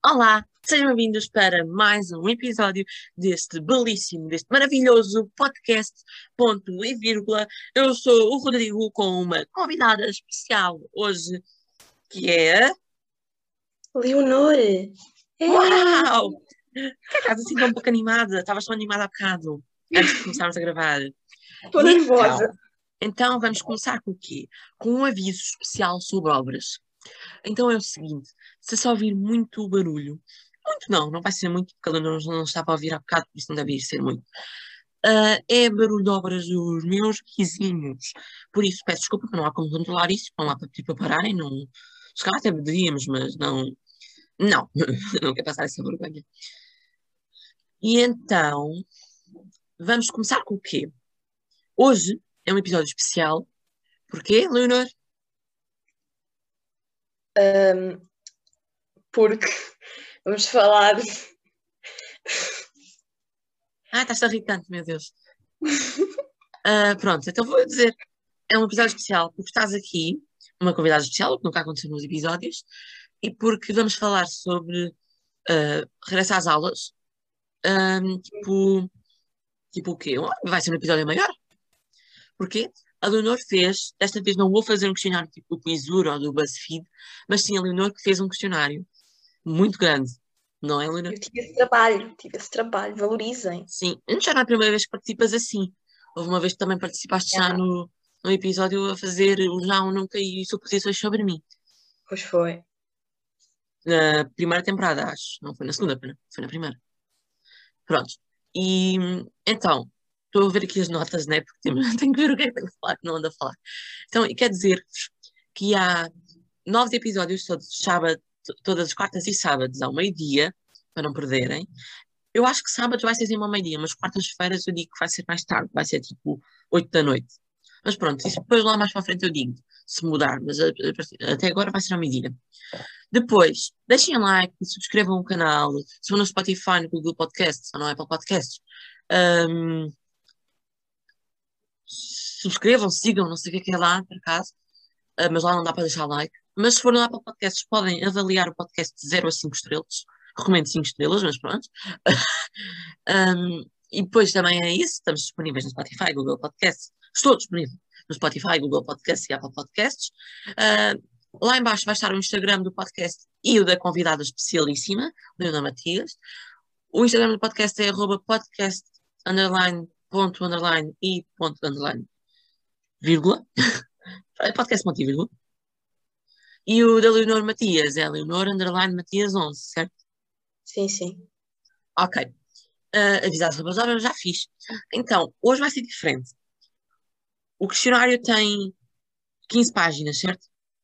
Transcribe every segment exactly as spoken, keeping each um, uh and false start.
Olá, sejam bem-vindos para mais um episódio deste belíssimo, deste maravilhoso podcast, ponto e vírgula. Eu sou o Rodrigo com uma convidada especial hoje, que é... Leonor! Ei! Uau! Por acaso assim estou um pouco animada? Estavas tão animada há bocado, antes de começarmos a gravar. Estou E então, nervosa. então vamos começar com o quê? Com um aviso especial sobre obras. Então é o seguinte, se só ouvir muito barulho, muito não, não vai ser muito, porque ela não, não está para ouvir há bocado, por isso não deve ir ser muito. Ah, é barulho de obras dos meus vizinhos. Por isso peço desculpa, que não há como controlar isso, não há para pedir para pararem, não, se calhar até deveríamos, mas não, não, não quero passar essa vergonha. E então, vamos começar com o quê? Hoje é um episódio especial. Porquê, Leonor? Ahm, porque vamos falar. Ah, estás irritante, meu Deus. Ah, pronto, então vou dizer, é um episódio especial porque estás aqui, uma convidada especial, o que nunca aconteceu nos episódios, e porque vamos falar sobre ah, regresso às aulas, ahm, tipo, tipo o quê? Um- Vai ser um episódio maior, porque a Leonor fez, desta vez não vou fazer um questionário tipo do Quizur ou do BuzzFeed, mas sim a Leonor que fez um questionário muito grande, não é, Leonor? Eu tive esse trabalho, tive esse trabalho, valorizem. Sim, não já não é a primeira vez que participas assim. Houve uma vez que também participaste já Yeah. no, no episódio a fazer o não, nunca e suposições sobre mim. Pois foi. Na primeira temporada, acho. Não foi na segunda, foi na, foi na primeira. Pronto. E então, estou a ver aqui as notas, né? Porque tenho, tenho que ver o que é que tenho que falar, que não ando a falar. Então, e quer dizer-vos que há nove episódios todos, sábado, todas as quartas e sábados ao meio-dia, para não perderem. Eu acho que sábado vai ser sempre ao meio-dia, mas quartas-feiras eu digo que vai ser mais tarde, vai ser tipo oito da noite. Mas pronto, isso depois lá mais para a frente eu digo, se mudar, mas a- a- até agora vai ser ao meio-dia. Depois, deixem like, subscrevam o canal, se for no Spotify, no Google Podcasts ou no Apple Podcasts. ahm, Subscrevam, sigam, não sei o que é que é lá, por acaso, ah, mas lá não dá para deixar like. Mas se for no Apple Podcasts, podem avaliar o podcast de zero a cinco estrelas. Recomendo cinco estrelas, mas pronto. Um, e depois também é isso, estamos disponíveis no Spotify, Google Podcasts. Estou disponível no Spotify, Google Podcasts e Apple Podcasts. Uh, lá embaixo vai estar o Instagram do podcast e o da convidada especialíssima, Leona Matias. O Instagram do podcast é arroba podcast underline ponto underline e ponto underline vírgula. É podcast ponto e vírgula. E o da Leonor Matias é Leonor underline Matias onze, certo? Sim, sim. Ok. Uh, avisar sobre as horas, já fiz. Então, hoje vai ser diferente. O questionário tem quinze páginas, certo?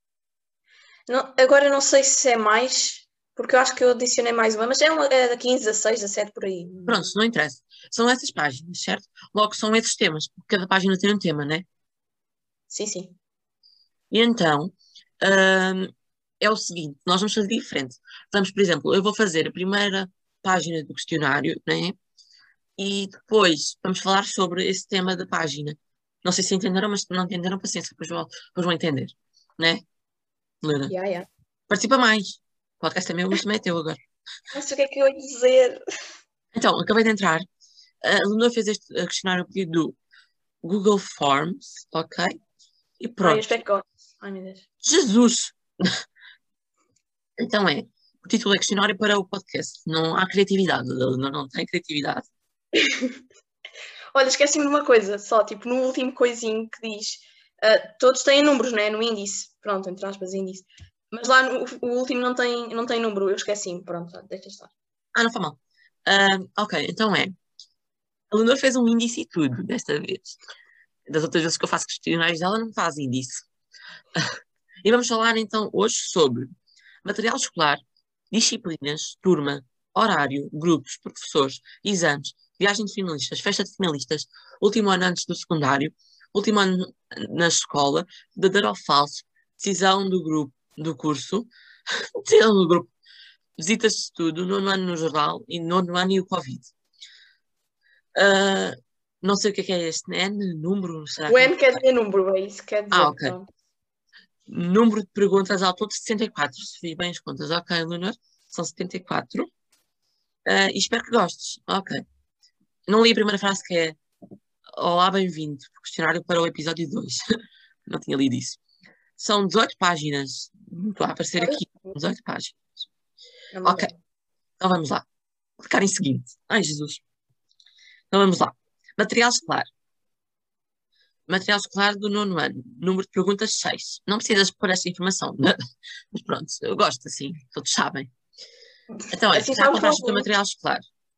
Não- agora não sei se é mais, porque eu acho que eu adicionei mais uma, mas é, uma, é da quinze, dezasseis, dezassete por aí. Pronto, não interessa. São essas páginas, certo? Logo são esses temas, porque cada página tem um tema, né? Sim, sim. E então, hum, é o seguinte, nós vamos fazer diferente. Vamos, por exemplo, eu vou fazer a primeira página do questionário, né? E depois vamos falar sobre esse tema da página. Não sei se entenderam, mas se não entenderam, paciência, depois vão, depois vão entender, né? Helena, Yeah, yeah. participa mais. O podcast é meu, mas também é teu agora. Não sei o que é que eu ia dizer. Então, acabei de entrar. A Leonor fez este uh, questionário a pedido do Google Forms, ok? E Ai, eu pronto. espero que goste. Ai, meu Deus. Jesus! Então é, o título é questionário para o podcast. Não há criatividade, a Leonor não tem criatividade. Olha, esqueci-me de uma coisa, só, tipo, no último coisinho que diz, ah, todos têm números, né, no índice, pronto, entre aspas, índice, mas lá no, o último não tem, não tem número, eu esqueci-me, pronto, deixa estar. Ah, não foi mal. Ah, ok, então é. A Leonor fez um índice e tudo, desta vez. Das outras vezes que eu faço questionários, ela não faz índice. E vamos falar então hoje sobre material escolar, disciplinas, turma, horário, grupos, professores, exames, viagem de finalistas, festa de finalistas, último ano antes do secundário, último ano na escola, verdadeiro ou falso, decisão do grupo, do curso, decisão do grupo, visitas de estudo, nono ano no geral e nono ano e o Covid. Ah, não sei o que é que é este, né? Número, será O que é? N quer dizer número, é isso que quer Ah, dizer, ok. pronto. Número de perguntas ao todo sessenta e quatro, se fiz bem as contas. Ok, Leonor? São setenta e quatro. Ah, e espero que gostes. Ok. Não li a primeira frase que é Olá, bem-vindo. Questionário para o episódio dois. Não tinha lido isso. São dezoito páginas. Estou a aparecer Olha, aqui. dezoito páginas. é uma Ok, boa. então vamos lá. Clicar em seguinte. Ai, Jesus. Então vamos lá. Material escolar. Material escolar do nono ano. Número de perguntas seis. Não precisas pôr esta informação, né? Mas pronto, eu gosto assim, todos sabem. Então é, Assim já sabes compraste logo o teu muito. material escolar?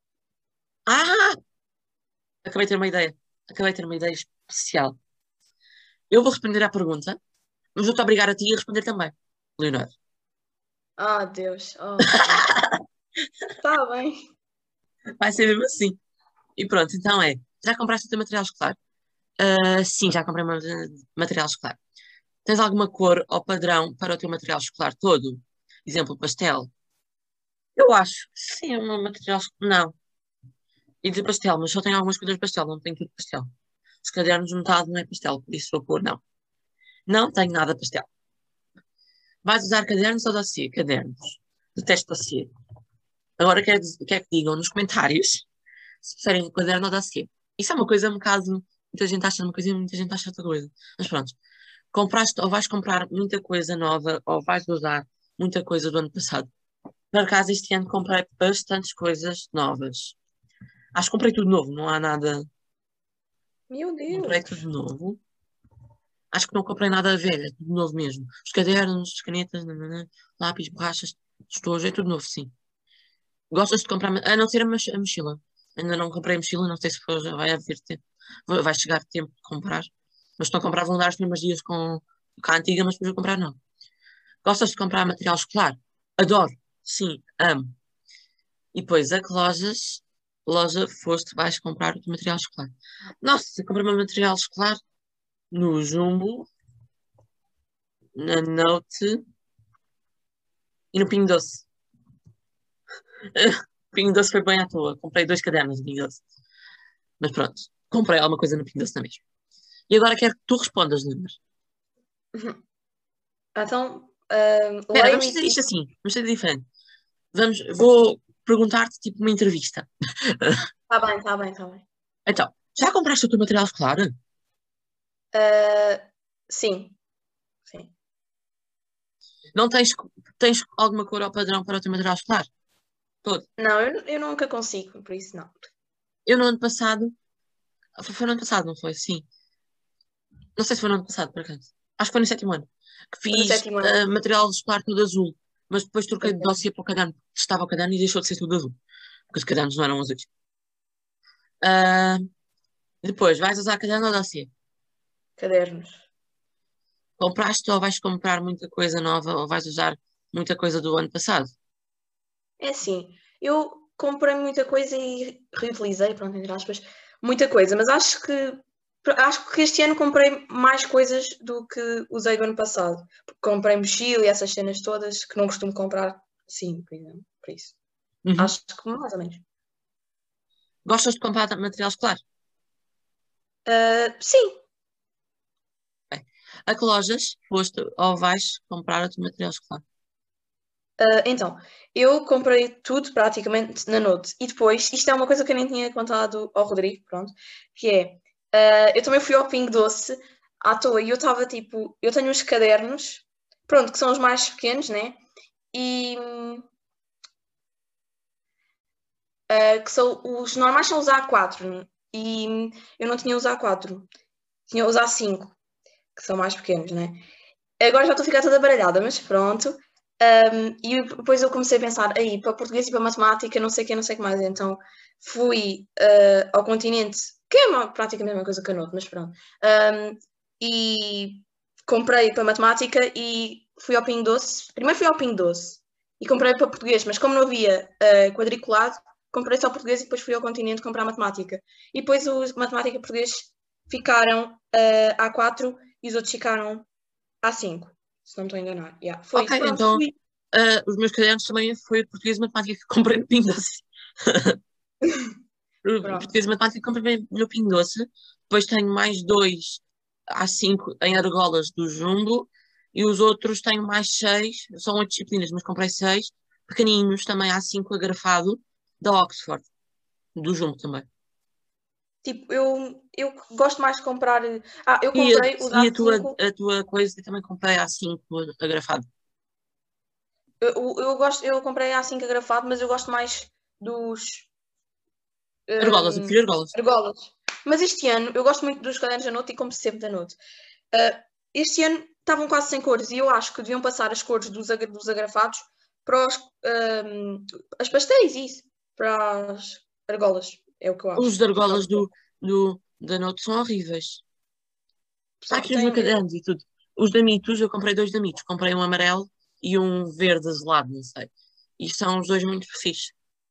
Ah! Acabei de ter uma ideia. Acabei de ter uma ideia especial. Eu vou responder à pergunta, mas vou-te obrigar a ti a responder também, Leonardo. Ah, Deus. Oh, Deus. Está bem. Vai ser mesmo assim. E pronto, então é. Já compraste o teu material escolar? Ah, sim, já comprei ma- material escolar. Tens alguma cor ou padrão para o teu material escolar todo? Exemplo, pastel? Eu acho que sim, é um material. Não. E de pastel, mas só tenho algumas coisas de pastel, não tenho tudo de pastel. Os cadernos, metade não é pastel, por isso vou pôr não. Não tenho nada de pastel. Vais usar cadernos ou dossiê? Cadernos. Detesto dossiê. Agora quero, diz- quero que digam nos comentários se preferem caderno ou dossiê. Isso é uma coisa um bocado. Muita gente acha uma coisa e muita gente acha outra coisa. Mas pronto. Compraste ou vais comprar muita coisa nova ou vais usar muita coisa do ano passado. Por acaso, este ano comprei bastantes coisas novas. Acho que comprei tudo novo, não há nada. Meu Comprei tudo Deus. novo. Acho que não comprei nada velho, é tudo novo mesmo. Os cadernos, as canetas, nananã, lápis, borrachas, estojos, é tudo novo, sim. Gostas de comprar, a não ser a, moch- a mochila. Ainda não comprei a mochila, não sei se for, já vai haver tempo, vai vai chegar tempo de comprar. Mas estão a comprar, vão dar os primeiros dias com, com a antiga, mas depois vou comprar não. Gostas de comprar material escolar? Adoro, sim, amo. E depois, a que lojas, loja foste, vais comprar o teu material escolar? Nossa, comprei o meu material escolar no Jumbo, na Note e no Pingo Doce. Pingo Doce foi bem à toa. Comprei dois cadernos de Pingo Doce. Mas pronto, comprei alguma coisa no Pingo Doce na mesma. E agora quero que tu respondas, Nunes. Então, ah, Espera, vamos leio-me fazer e. isto assim. Vamos fazer diferente. Vamos, vou perguntar-te tipo uma entrevista. Está bem, está bem, está bem. Então, já compraste o teu material escolar? Ah, sim, sim. Não tens, tens alguma cor ou padrão para o teu material escolar? Todo. Não, eu, eu nunca consigo, por isso não. Eu no ano passado, foi foi no ano passado, não foi? Sim. Não sei se foi no ano passado, por acaso. Acho que foi no sétimo ano. Que Foi no fiz sétimo ano. ah, material escolar todo azul. Mas depois troquei de Ok. dossiê para o caderno. Estava o caderno e deixou de ser tudo azul. Porque os cadernos não eram azuis. Ah, depois, vais usar caderno ou dossiê? Cadernos. Compraste ou vais comprar muita coisa nova ou vais usar muita coisa do ano passado? É assim, eu comprei muita coisa e reutilizei, pronto, entre aspas, muita coisa, mas acho que acho que este ano comprei mais coisas do que usei do ano passado. Porque comprei mochila e essas cenas todas que não costumo comprar, sim, por exemplo, por isso. Uhum. Acho que mais ou menos. Gostas de comprar material escolar? Ah, sim, Bem, a que lojas foste ou vais comprar o teu material escolar? ah, então, eu comprei tudo praticamente na Note. E depois, isto é uma coisa que eu nem tinha contado ao Rodrigo, pronto, que é, ah, eu também fui ao Pingo Doce à toa e eu estava tipo, eu tenho uns cadernos, pronto, que são os mais pequenos, né? E ah, que são os normais são os A quatro e eu não tinha os A quatro, tinha os A cinco, que são mais pequenos, né? Agora já estou a ficar toda baralhada, mas pronto. Um, e depois eu comecei a pensar, aí, para português e para matemática, não sei o que, não sei o que mais. Então fui uh, ao continente, que é uma, praticamente a mesma coisa que a Note, mas pronto. Um, e comprei para matemática e fui ao Pingo Doce. Primeiro fui ao Pingo Doce e comprei para português, mas como não havia uh, quadriculado, comprei só português e depois fui ao continente comprar matemática. E depois os matemática e português ficaram uh, A quatro e os outros ficaram A cinco, se não me estou a enganar. Yeah. Foi Ok, isso, pronto, então fui. ah, os meus cadernos também foi português e matemática que comprei no Pingo Doce. Pronto. Português e matemática que comprei no Pingo Doce. Depois tenho mais dois a cinco em argolas do Jumbo e os outros tenho mais seis, são oito disciplinas, mas comprei seis pequeninos, também há cinco agrafado, da Oxford, do Jumbo também. Tipo, eu, eu gosto mais de comprar. Ah, eu E, a- comprei o da e a A tua, cinco. a tua coisa, eu também comprei há cinco agrafado. Eu, eu, eu gosto, eu comprei A cinco agrafado, mas eu gosto mais dos Argolas, eu hum, prefiro argolas. argolas. Mas este ano, eu gosto muito dos cadernos da Note e compro sempre da Note. Uh, este ano estavam quase sem cores e eu acho que deviam passar as cores dos, agra- dos agrafados para os, hum, as pastéis, isso, para as argolas. É o que eu Os acho. de Por causa argolas da- do, do, da Note são horríveis. Há Pessoal, aqui os tem, eu- macadernos e tudo. Os da Mitos, eu comprei dois da Mitos. Comprei um amarelo e um verde azulado, não sei. E são os dois muito fixe.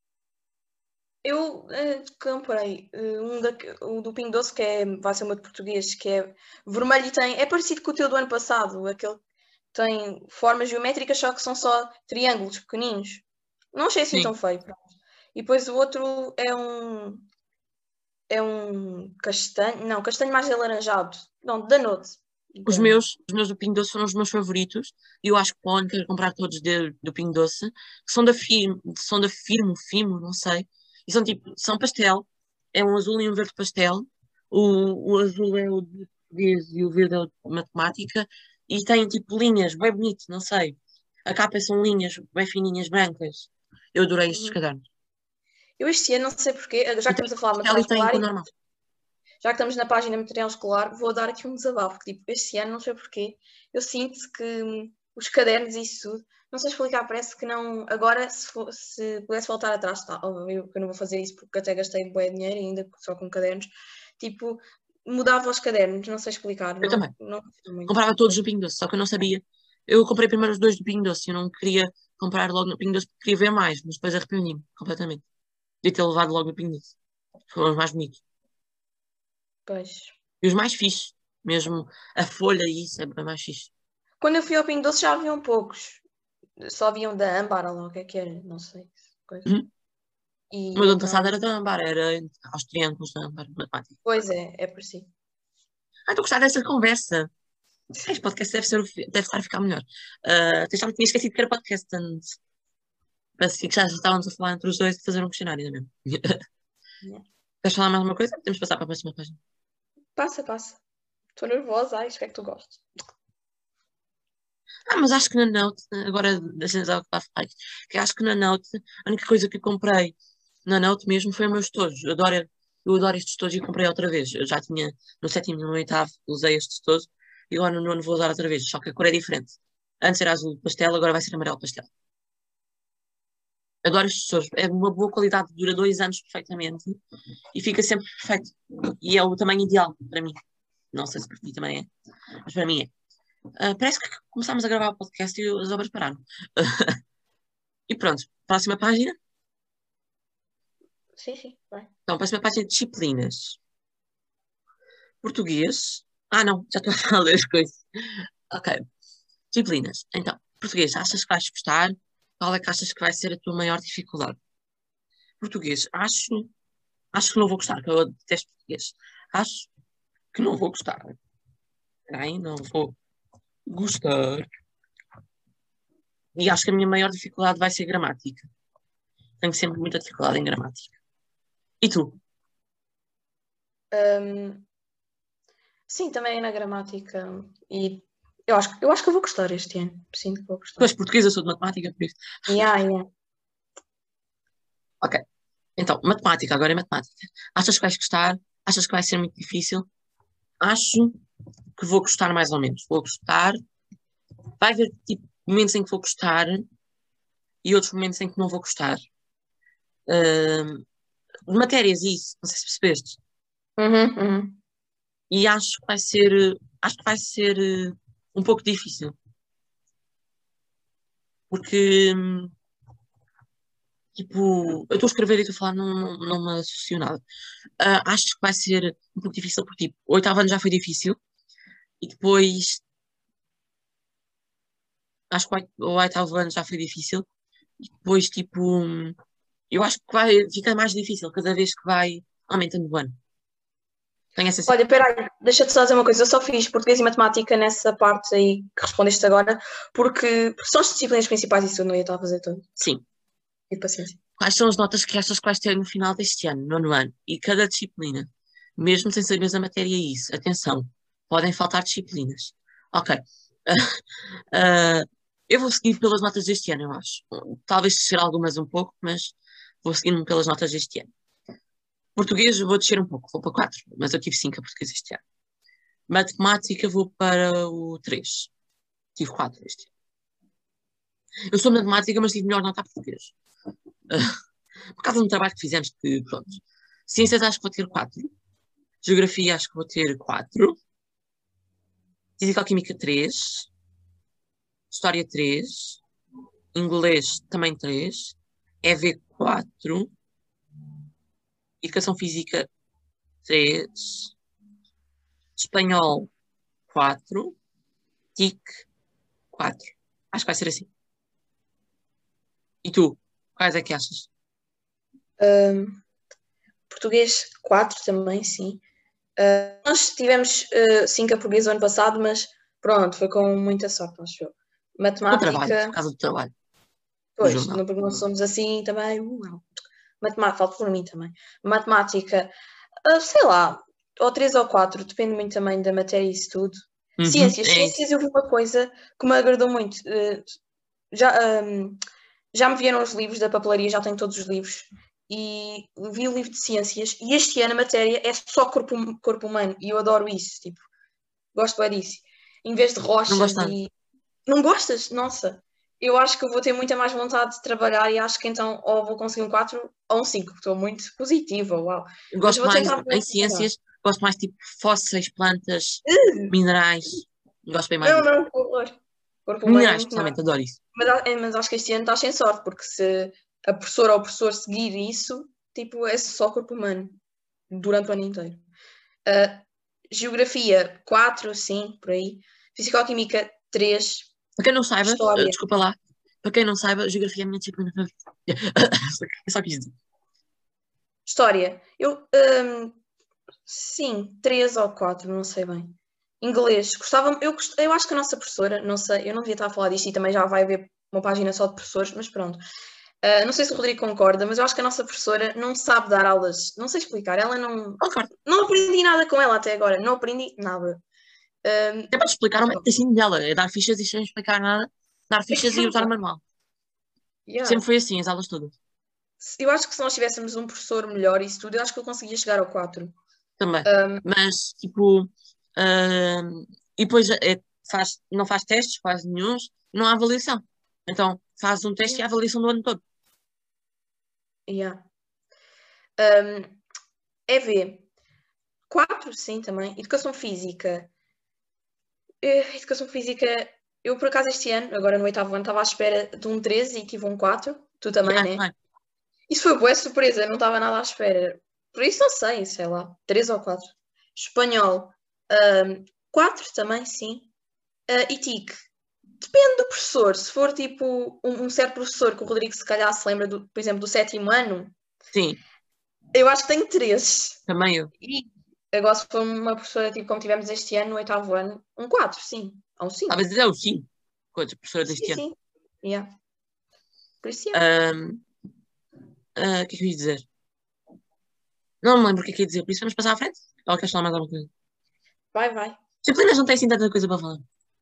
Eu eh, comprei eh, um da, o do Pingo Doce, que é, vai ser o meu de português, que é vermelho e tem. É parecido com o teu do ano passado, aquele que tem formas geométricas, só que são só triângulos pequeninos. Não achei assim Sim. tão feio. Pronto. E depois o outro é um. É um castanho. Não, castanho mais alaranjado. Não, da Note. Os Da- meus, os meus do Pingo Doce foram os meus favoritos. E eu acho que para quero comprar todos de, do Pingo Doce. Que são da Firmo, são da Firmo, Fimo, não sei. E são tipo, são pastel. É um azul e um verde pastel. O, o azul é o de português e o verde é o de matemática. E tem tipo linhas, bem bonito, não sei. A capa são linhas bem fininhas, brancas. Eu adorei estes Uhum. cadernos. Eu este ano, não sei porquê, já que E tem estamos a falar de pastel material e tem escolar, cor e normal. já que estamos na página material escolar, vou dar aqui um desabafo, que tipo, este ano, não sei porquê, eu sinto que hum, os cadernos e isso tudo, não sei explicar, parece que não, agora se, for- se pudesse voltar atrás, tá, óbvio que eu não vou fazer isso porque até gastei bué dinheiro ainda só com cadernos, tipo, mudava os cadernos, não sei explicar, Eu não, também. não gosto muito. Comprava todos do Pingo Doce, só que eu não sabia. Eu comprei primeiro os dois do Pingo Doce. Eu não queria comprar logo no Pingo Doce porque queria ver mais, mas depois arrependi-me completamente de ter levado logo no Pingo Doce. Foram os mais bonitos. Pois. E os mais fixes. Mesmo a folha e isso é bem mais fixe. Quando eu fui ao Pingo Doce já haviam poucos, só haviam da Âmbar, ou lá o que é que era, não sei. Coisa. Uhum. O E meu do ano passado então, era da Ambar, era aos triângulos da Ambar, matemática. pois é, é por si. Ah, estou a gostar dessa conversa. Este podcast deve, ser, o fi- deve estar a ficar melhor. Uh, até já me tinha esquecido que era podcast antes. Parece que já estávamos a falar entre os dois de fazer um questionário, não é mesmo? Yeah. Queres falar mais uma coisa? Podemos passar para a próxima página. Passa, passa. Estou nervosa, ai, o que é que tu gostas? Ah, mas acho que na Note, agora deixa-me dizer o que está a falar, que acho que na Note, a única coisa que eu comprei na Note mesmo foi os meus tojos. Eu adoro, eu adoro estes tojos e comprei outra vez. Eu já tinha no sétimo e no oitavo, usei estes tojos e agora no nono vou usar outra vez, só que a cor é diferente. Antes era azul pastel, agora vai ser amarelo pastel. Adoro estes tojos, é de uma boa qualidade, dura dois anos perfeitamente e fica sempre perfeito. E é o tamanho ideal para mim. Não sei se para ti também é, mas para mim é. Ah, parece que começámos a gravar o podcast e as obras pararam. E pronto, próxima página. Sim, sim, vai. Então, próxima página de disciplinas. Português. Ah, não, já estou a falar das coisas. Ok, disciplinas. Então, português, achas que vais gostar? Qual é que achas que vai ser a tua maior dificuldade? Português, acho, acho que não vou gostar, que eu detesto português. Acho que não vou gostar. Peraí, não vou gostar. E acho que a minha maior dificuldade vai ser gramática. Tenho sempre muita dificuldade em gramática. E tu? Hum, sim, também é na gramática. E eu acho, eu acho que eu vou gostar este ano. Sinto que vou Tu gostar. és portuguesa, eu sou de matemática, por isso. Yeah, yeah. Ok. Então, matemática, agora é matemática. Achas que vais gostar? Achas que vai ser muito difícil? Acho que vou gostar mais ou menos. Vou gostar. Vai haver tipo, momentos em que vou gostar e outros momentos em que não vou gostar. Ahm, de matérias, isso, não sei se percebeste. Uhum, uhum. E acho que vai ser, eh, acho que vai ser eh, um pouco difícil. Porque, hum, tipo, eu estou a escrever e estou a falar, não, não, não me associo nada. Ah, acho que vai ser um pouco difícil, porque, tipo, o oitavo ano já foi difícil e depois acho que o oitavo ano já foi difícil. E depois, tipo, eu acho que vai ficar mais difícil cada vez que vai aumentando o ano. Tenho essa Olha, peraí, deixa-te só dizer uma coisa. Eu só fiz português e matemática nessa parte aí que respondeste agora, porque são as disciplinas principais e isso eu não ia estar a fazer tudo. Sim. E paciência. Quais são as notas que achas que vais ter no final deste ano, nono ano? E cada disciplina, mesmo sem saberes a matéria e isso, atenção, podem faltar disciplinas. Ok. Ah, eu vou seguir pelas notas deste ano, eu acho. Talvez descer algumas um pouco, mas vou seguindo pelas notas deste ano. Português vou descer um pouco, vou para quatro, mas eu tive cinco a português este ano. Matemática vou para o três. Tive quatro este ano. Eu sou matemática, mas tive melhor nota a português. Ah, por causa de um trabalho que fizemos que, pronto. Ciências acho que vou ter quatro. Geografia acho que vou ter quatro. Física-química três. História três. Inglês também três. E V quatro. Educação física três. Espanhol quatro. T I C quatro. Acho que vai ser assim. E tu? Quais é que achas? Um, português quatro também, sim. Uh, nós tivemos cinco uh, a português o ano passado, mas pronto, foi com muita sorte, acho eu. Do trabalho, por Matemática. causa do trabalho. Do Pois, jornal. não, porque não somos assim também. Uh, não. Matemática, falta por mim também. Matemática, uh, sei lá, ou três ou quatro, depende muito também da matéria e isso tudo. Uhum, Ciências, é isso. ciências eu vi uma coisa que me agradou muito. Uh, já, um, já me vieram os livros da papelaria, já tenho todos os livros. E vi o livro de ciências. E este ano a matéria é só corpo, hum- corpo humano. E eu adoro isso. Tipo, gosto bem disso. Em vez de Não rochas gosto nada. e. Não gostas? Nossa. Eu acho que eu vou ter muita mais vontade de trabalhar e acho que então ou vou conseguir um quatro ou um cinco. Estou muito positiva, uau. Eu Mas gosto vou mais, tentar em ver trabalhar. ciências, gosto mais tipo fósseis, plantas, Uh, minerais. Gosto bem mais Não, disso. não, que horror. Corpo humano é Minerais, muito mais. especialmente, adoro isso. Mas, a- é, mas acho que este ano estás sem sorte, porque se a professora ou o professor seguir isso, tipo, é só corpo humano durante o ano inteiro. Uh, Geografia, quatro, sim, por aí. Físico-química, três. Para quem não saiba, eh, História, desculpa lá, para quem não saiba, geografia é a minha disciplina favorita. Eu só quis dizer. História. Eu, hum, sim, três ou quatro, não sei bem. Inglês, gostava, eu, gost- eu acho que a nossa professora, não sei, eu não devia estar a falar disto e também já vai haver uma página só de professores, mas pronto. Uh, não sei se o Rodrigo concorda, mas eu acho que a nossa professora não sabe dar aulas, não sei explicar, ela não. Concordo. Não aprendi nada com ela até agora, não aprendi nada. Um, É para te explicar o método assim dela, é dar fichas e sem explicar nada, dar fichas e usar o manual. yeah. Sempre foi assim, as aulas todas. Eu acho que se nós tivéssemos um professor melhor e isso tudo, eu acho que eu conseguia chegar ao quatro. Também. Um, Mas, tipo, ahm, e depois é, faz, não faz testes, quase nenhuns, não há avaliação. Então, faz um teste e a avaliação do ano todo. yeah. Um, E V, quatro, sim, também. Educação física. Eh, Educação física, eu por acaso este ano, agora no oitavo ano, estava à espera de um treze e tive um quatro. Tu também, Já, né? também. Isso foi boa surpresa, não estava nada à espera. Por isso não sei, sei lá, três ou quatro. Espanhol, um, quatro também, sim. Uh, e T I C, depende do professor. Se for tipo um, um certo professor que o Rodrigo se calhar se lembra, do, por exemplo, do sétimo ano, Sim, eu acho que tenho três. também eu. E agora se for uma professora tipo como tivemos este ano, no oitavo ano, um quatro, sim. Ou um cinco. Talvez é o sim, coisa, professora Sim, deste ano. sim. Yeah. Por isso, yeah. Ahm, ah, o que é que eu ia dizer? Não me lembro o que é que eu ia dizer, por isso vamos passar à frente. Ou queres falar mais alguma coisa? Vai, vai. Disciplinas não têm assim tanta coisa para falar.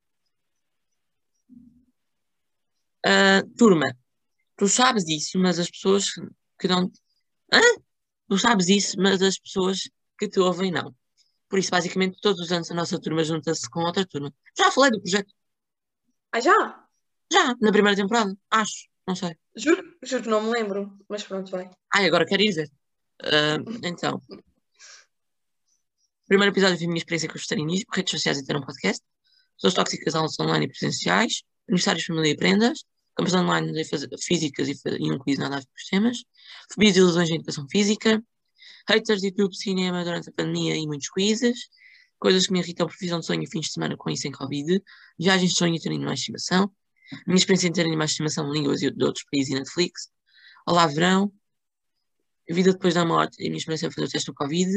Ah, turma, tu sabes disso, mas as pessoas que não. Hã? Tu sabes isso, mas as pessoas que te ouvem não. Por isso, basicamente, todos os anos a nossa turma junta-se com outra turma. Já falei do projeto. Ah, já? Já, na primeira temporada. Acho. Não sei. Juro, juro que não me lembro. Mas pronto, vai. Ai, agora quero ir ver. Ah, então, primeiro episódio foi a minha experiência com o vegetarianismo, redes sociais e ter um podcast. Pessoas tóxicas, aulas online e presenciais. Aniversários, família e prendas. Campos online de faz- físicas e, fa- e um quiz nada a ver com os temas. Fobias e ilusões em educação física. Haters de YouTube, cinema durante a pandemia e muitos quizzes. Coisas que me irritam, previsão de sonho e fins de semana com e sem Covid. Viagens de sonho e ter animais de estimação. Minha experiência em ter animais de estimação, línguas e de outros países e Netflix. Olá, verão. Vida depois da morte e a minha experiência a fazer o teste do Covid.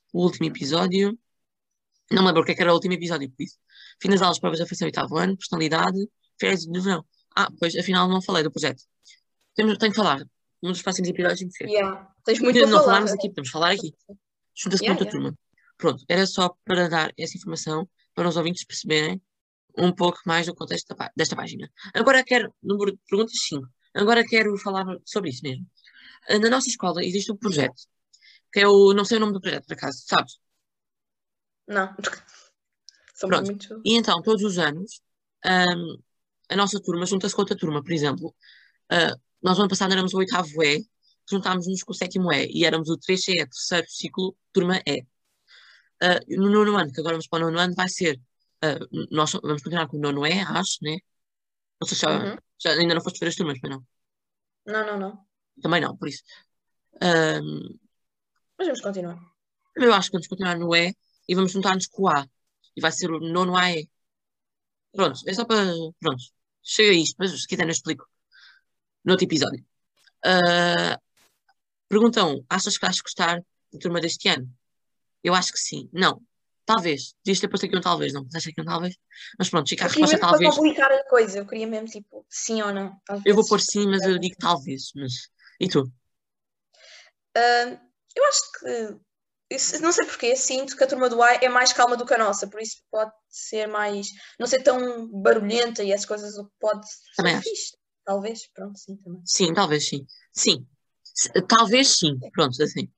o último episódio. Não me lembro o que é que era o último episódio, por isso. Fim das aulas, provas da afeição oitavo ano, personalidade, férias de verão. Ah, pois, afinal não falei do projeto. Temos, tenho que falar. Um dos próximos episódios tem que ser. Yeah. Tens muito Se para não falar. falarmos aqui, podemos falar aqui. Junta-se com Yeah, outra yeah. turma. Pronto, era só para dar essa informação, para os ouvintes perceberem um pouco mais do contexto da pá- desta página. Agora quero, número de perguntas cinco. Agora quero falar sobre isso mesmo. Ah, Na nossa escola existe um projeto, que é o, não sei o nome do projeto, por acaso, sabes? Não. Somos Pronto. muito. E então, todos os anos, ahm, a nossa turma junta-se com outra turma, por exemplo. ah, nós, no ano passado, éramos o oitavo E, juntámos-nos com o sétimo E, e éramos o três C E, terceiro ciclo, turma E. Ah, no nono ano, que agora vamos para o nono ano, vai ser. ah, nós vamos continuar com o nono E, acho, né? Não sei se já, Uhum. já- ainda não foste ver as turmas, mas não. Não, não, não. Também não, por isso. Ahm, Mas vamos continuar. eu acho que vamos continuar no E e vamos juntar-nos com o A. E vai ser o nono A E. Yeah. Pronto, é só para. Pronto, chega a isto, mas se quiser, eu explico no outro episódio. Ah, pergunta um: achas que vais gostar da turma deste ano? Eu acho que sim. Não. Talvez. Devias ter posto aqui um talvez, não puseste aqui um talvez. Mas pronto, fica a Eu queria resposta mesmo para talvez. complicar a coisa. Eu queria mesmo, tipo, sim ou não. Às Eu vou pôr vezes. sim, mas eu digo talvez. Mas... E tu? Ah, eu acho que. isso- Não sei porquê, sinto que a turma do A é mais calma do que a nossa, por isso pode ser mais. Não ser tão barulhenta e essas coisas, o que pode ser Também acho. fixe. Talvez, pronto, sim, também. Sim, talvez sim. Sim. S- Talvez sim. Pronto, assim.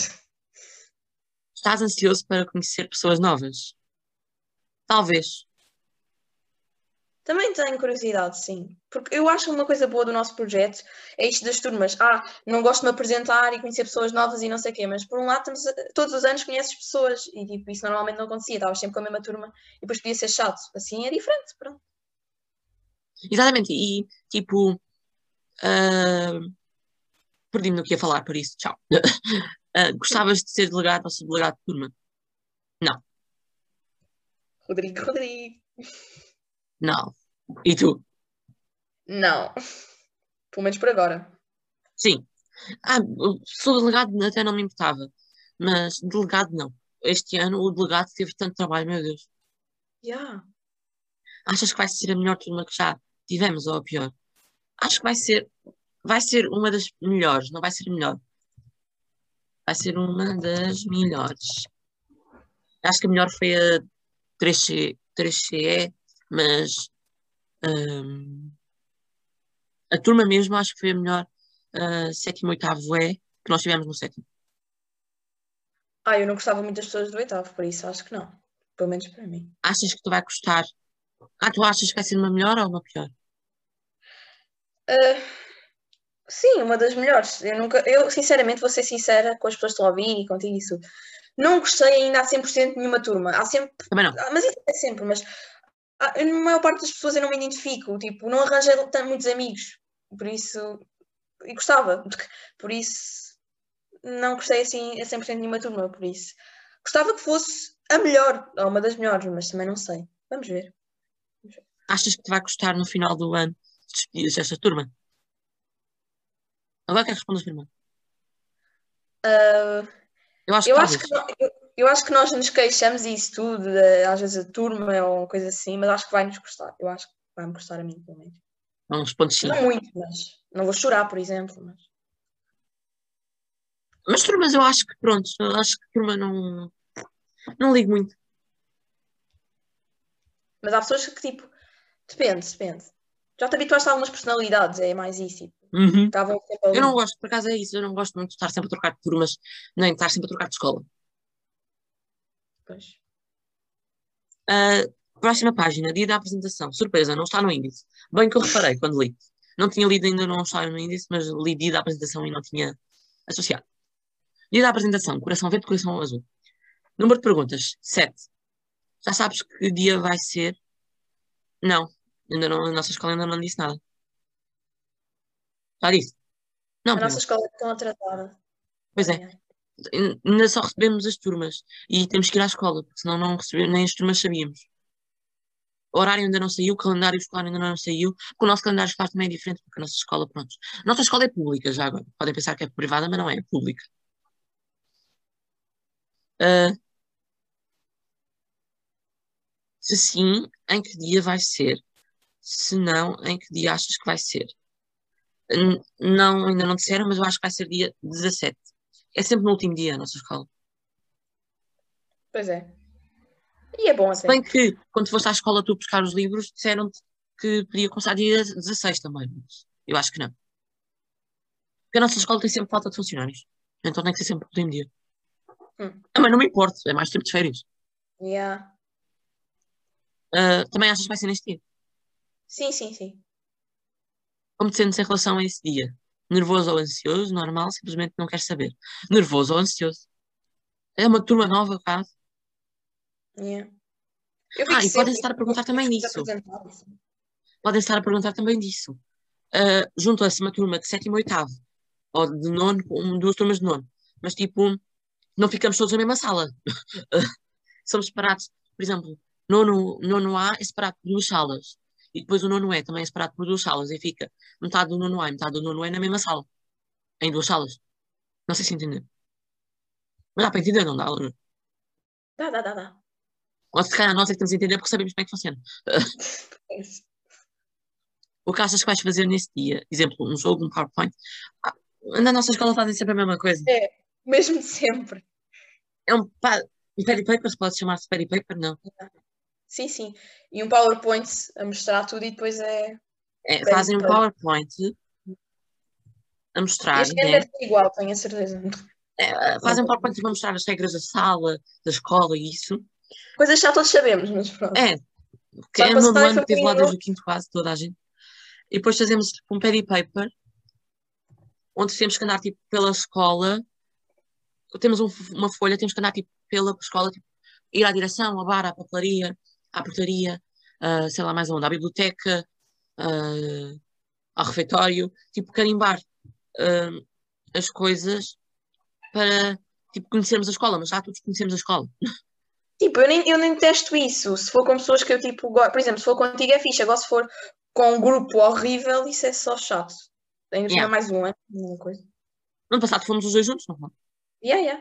Estás ansioso para conhecer pessoas novas? Talvez. Também tenho curiosidade, sim. Porque eu acho que uma coisa boa do nosso projeto é isto das turmas. Ah, não gosto de me apresentar e conhecer pessoas novas e não sei o quê, mas por um lado, estamos a- todos os anos conheces pessoas e tipo, isso normalmente não acontecia. Estavas sempre com a mesma turma e depois podia ser chato. Assim é diferente, pronto. Exatamente. E, tipo, ah, perdi-me no que ia falar, por isso, tchau. Ah, gostavas de ser delegado ou subdelegado de turma? Não, Rodrigo, Rodrigo. não. E tu? Não. Pelo menos por agora. Sim. Ah, o- subdelegado até não me importava, mas delegado não. Este ano o delegado teve tanto trabalho, meu Deus. Yeah. Achas que vai ser a melhor turma que já tivemos ou a pior? Acho que vai ser, vai ser uma das melhores, não vai ser a melhor. Vai ser uma das melhores. Acho que a melhor foi a três C, três C E, mas hum, a turma mesmo acho que foi a melhor, ah, sétimo, oitavo E, que nós tivemos no sétimo. Ah, eu não gostava muito das pessoas do oitavo, por isso acho que não. Pelo menos para mim. Achas que tu vai gostar? Ah, tu achas que vai ser uma melhor ou uma pior? Ah, sim, uma das melhores. Eu nunca, eu sinceramente vou ser sincera com as pessoas que estão a ouvir e contigo isso. Não gostei ainda a cem por cento de nenhuma turma. Há sempre, Também não. ah, mas isso é sempre, mas ah, eu, na maior parte das pessoas eu não me identifico, tipo, não arranjei tan- muitos amigos. Por isso, e gostava. Por isso, não gostei assim a cem por cento de nenhuma turma, por isso. Gostava que fosse a melhor, ou uma das melhores, mas também não sei. Vamos ver. Achas que te vai gostar no final do ano despedir desta turma? Agora quero responder primeiro. Ah, Eu acho que eu acho talvez. que nó- eu, eu acho que nós nos queixamos e isso tudo, de, às vezes a turma ou uma coisa assim, mas acho que vai nos gostar. Eu acho que vai-me gostar a mim, pelo menos. Não respondes sim. Não muito, mas não vou chorar, por exemplo. Mas, Mas turmas eu acho que pronto, eu acho que turma não, não ligo muito. mas há pessoas que, tipo, depende, depende. Já te habituaste a algumas personalidades, é mais isso. Tipo, Uhum. estavam sempre Eu não ali. gosto, por acaso é isso, eu não gosto muito de estar sempre a trocar de turmas, nem de estar sempre a trocar de escola. Pois. Ah, próxima página, dia da apresentação. Surpresa, não está no índice. Bem que eu reparei quando li. Não tinha lido ainda, não está no índice, mas li dia da apresentação e não tinha associado. Dia da apresentação, coração verde, coração azul. Número de perguntas, sete. Já sabes que dia vai ser? Não, ainda não, a nossa escola ainda não disse nada. Já disse? Não, A pois nossa não. escola é tão atrasada. Pois é, ainda só recebemos as turmas e temos que ir à escola, porque senão não recebemos, nem as turmas sabíamos. O horário ainda não saiu, o calendário escolar ainda não saiu, porque o nosso calendário escolar também é diferente, porque a nossa escola, pronto. A nossa escola é pública já agora. Podem pensar que é privada, mas não é, é pública. Ah, se sim, em que dia vai ser? Se não, em que dia achas que vai ser? N- Não, ainda não disseram, mas eu acho que vai ser dia dezassete. É sempre no último dia a nossa escola. Pois é. E é bom Se até. bem que, quando foste à escola tu buscar os livros, disseram-te que podia começar dia dezasseis também. Mas eu acho que não. Porque a nossa escola tem sempre falta de funcionários. Então tem que ser sempre no último dia. Hum. Também não me importo, é mais tempo de férias. Yeah. Ah, também achas que vai ser neste dia? Sim, sim, sim. Como te sentes em relação a esse dia? Nervoso ou ansioso? Normal? Simplesmente não queres saber. Nervoso ou ansioso? É uma turma nova, caso. Yeah. Eu Ah, fico e podem sempre estar a com perguntar também os disso. apresentados. Podem estar a perguntar também disso. Ah, junta-se uma turma de sétimo e oitavo, ou de nono, com duas turmas de nono. Mas tipo, não ficamos todos na mesma sala. Somos separados, por exemplo, nono, nono A é separado por duas salas. E depois o nono E também é separado por duas salas. E fica metade do nono A e metade do nono E na mesma sala. Em duas salas. Não sei se entender. Mas dá para entender, não dá? Dá, dá, dá, dá. Ou se calhar nós é que temos a entender porque sabemos como é que funciona. O que achas que vais fazer nesse dia? Exemplo, um jogo, um PowerPoint. Ah, na nossa escola fazem sempre a mesma coisa. É, mesmo sempre. É um, pa- um pad paper, se pode chamar-se pad paper? Não. Sim, sim. E um PowerPoint a mostrar tudo e depois é É, pen fazem e um paper. PowerPoint a E mostrar, este ano né? deve ser igual, tenho a certeza. É, Não fazem um tenho. PowerPoint a mostrar as regras da sala, da escola e isso. Coisas já todos sabemos, mas pronto. É, que Só que é no nono passar ano foi que um teve lá bocadinho desde novo. o quinto quase toda a gente. E depois fazemos tipo, um pad paper, onde temos que andar tipo, pela escola. Temos um- uma folha, temos que andar tipo, pela escola, tipo, ir à direção, ao bar, à papelaria, à portaria, ah, sei lá mais onde, à biblioteca, ah, ao refeitório, tipo, carimbar ah, as coisas para tipo, conhecermos a escola, mas já todos conhecemos a escola. Tipo, eu nem, eu nem testo isso. Se for com pessoas que eu tipo gosto, por exemplo, se for contigo é fixe. Agora se for com um grupo horrível, isso é só chato. Ainda por cima Yeah. mais um ano, mesma coisa. No ano passado fomos os dois juntos, não foi? Yeah, yeah.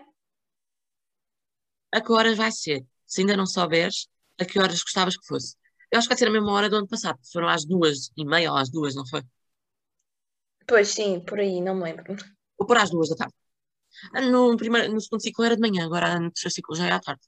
A que horas vai ser? Se ainda não souberes, a que horas gostavas que fosse? Eu acho que vai ser a mesma hora do ano passado, porque foram às duas e meia ou às duas, não foi? Pois sim, por aí, não me lembro. Ou por às duas da tarde. Ah, No, primeiro, no segundo ciclo era de manhã, agora no terceiro ciclo já é à tarde.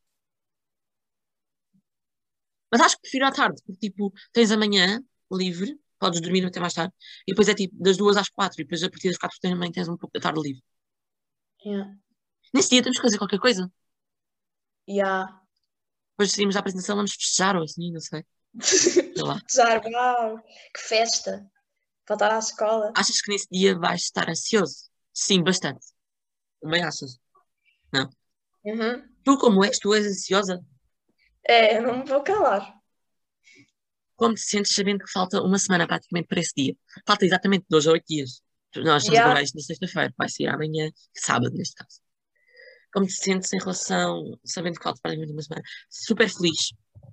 Mas acho que prefiro à tarde, porque tipo, tens amanhã livre, podes dormir até mais tarde, e depois é tipo das duas às quatro, e depois a partir das quatro também tens um pouco da tarde livre. Yeah. Nesse dia temos que fazer qualquer coisa. Yeah. Depois saímos da apresentação, vamos festejar ou assim, não sei. Sei lá. Já, uau, que festa. Voltar à escola. Achas que nesse dia vais estar ansioso? Sim, bastante. Também achas? Não. Uhum. Tu, como és, tu és ansiosa? É, eu não me vou calar. Como te sentes sabendo que falta uma semana praticamente para esse dia? Falta exatamente dois ou oito dias. Nós estamos a Yeah. gravar isto na sexta-feira, vai ser amanhã, sábado, neste caso. Como te sentes em relação, sabendo que falta praticamente uma semana? Super feliz.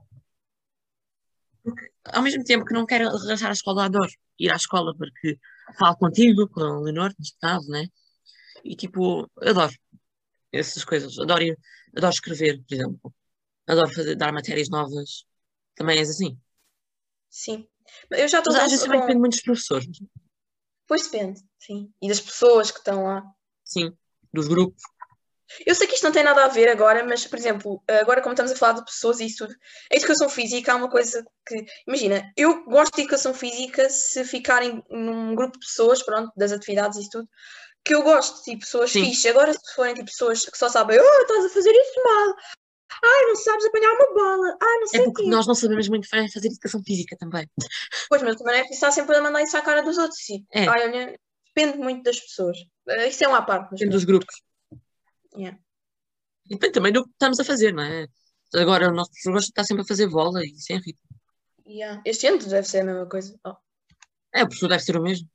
Ao mesmo tempo que não quero arranjar a escola, adoro ir à escola porque falo contigo, com a Leonor, neste caso, né? E tipo, adoro essas coisas. Adoro ir, adoro escrever, por exemplo. Adoro fazer, dar matérias novas. Também és assim. Sim. Eu já Mas estou às com, vezes também com. depende muito dos professores. Pois depende, sim. E das pessoas que estão lá. Sim, dos grupos. Eu sei que isto não tem nada a ver agora, mas, por exemplo, agora como estamos a falar de pessoas e isso tudo, a educação física é uma coisa que, imagina, eu gosto de educação física se ficarem num grupo de pessoas, pronto, das atividades e isso tudo, que eu gosto, tipo, pessoas Sim, fixes. Agora, se forem tipo, pessoas que só sabem, oh, estás a fazer isso mal, ai, não sabes apanhar uma bola, ai, não é sei o porque quê. nós não sabemos muito bem fazer educação física também. Pois, mas também não é preciso estar sempre a mandar isso à cara dos outros, sim. É, Ai, olha, depende muito das pessoas. Eh, Isso é uma à parte, mas depende dos pronto. grupos. Yeah. E depende também do que estamos a fazer, não é? Agora, o nosso professor gosta de estar sempre a fazer bola e sem ritmo. Yeah. Este ano deve ser a mesma coisa. Oh. É, o professor deve ser o mesmo.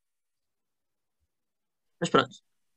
Mas pronto.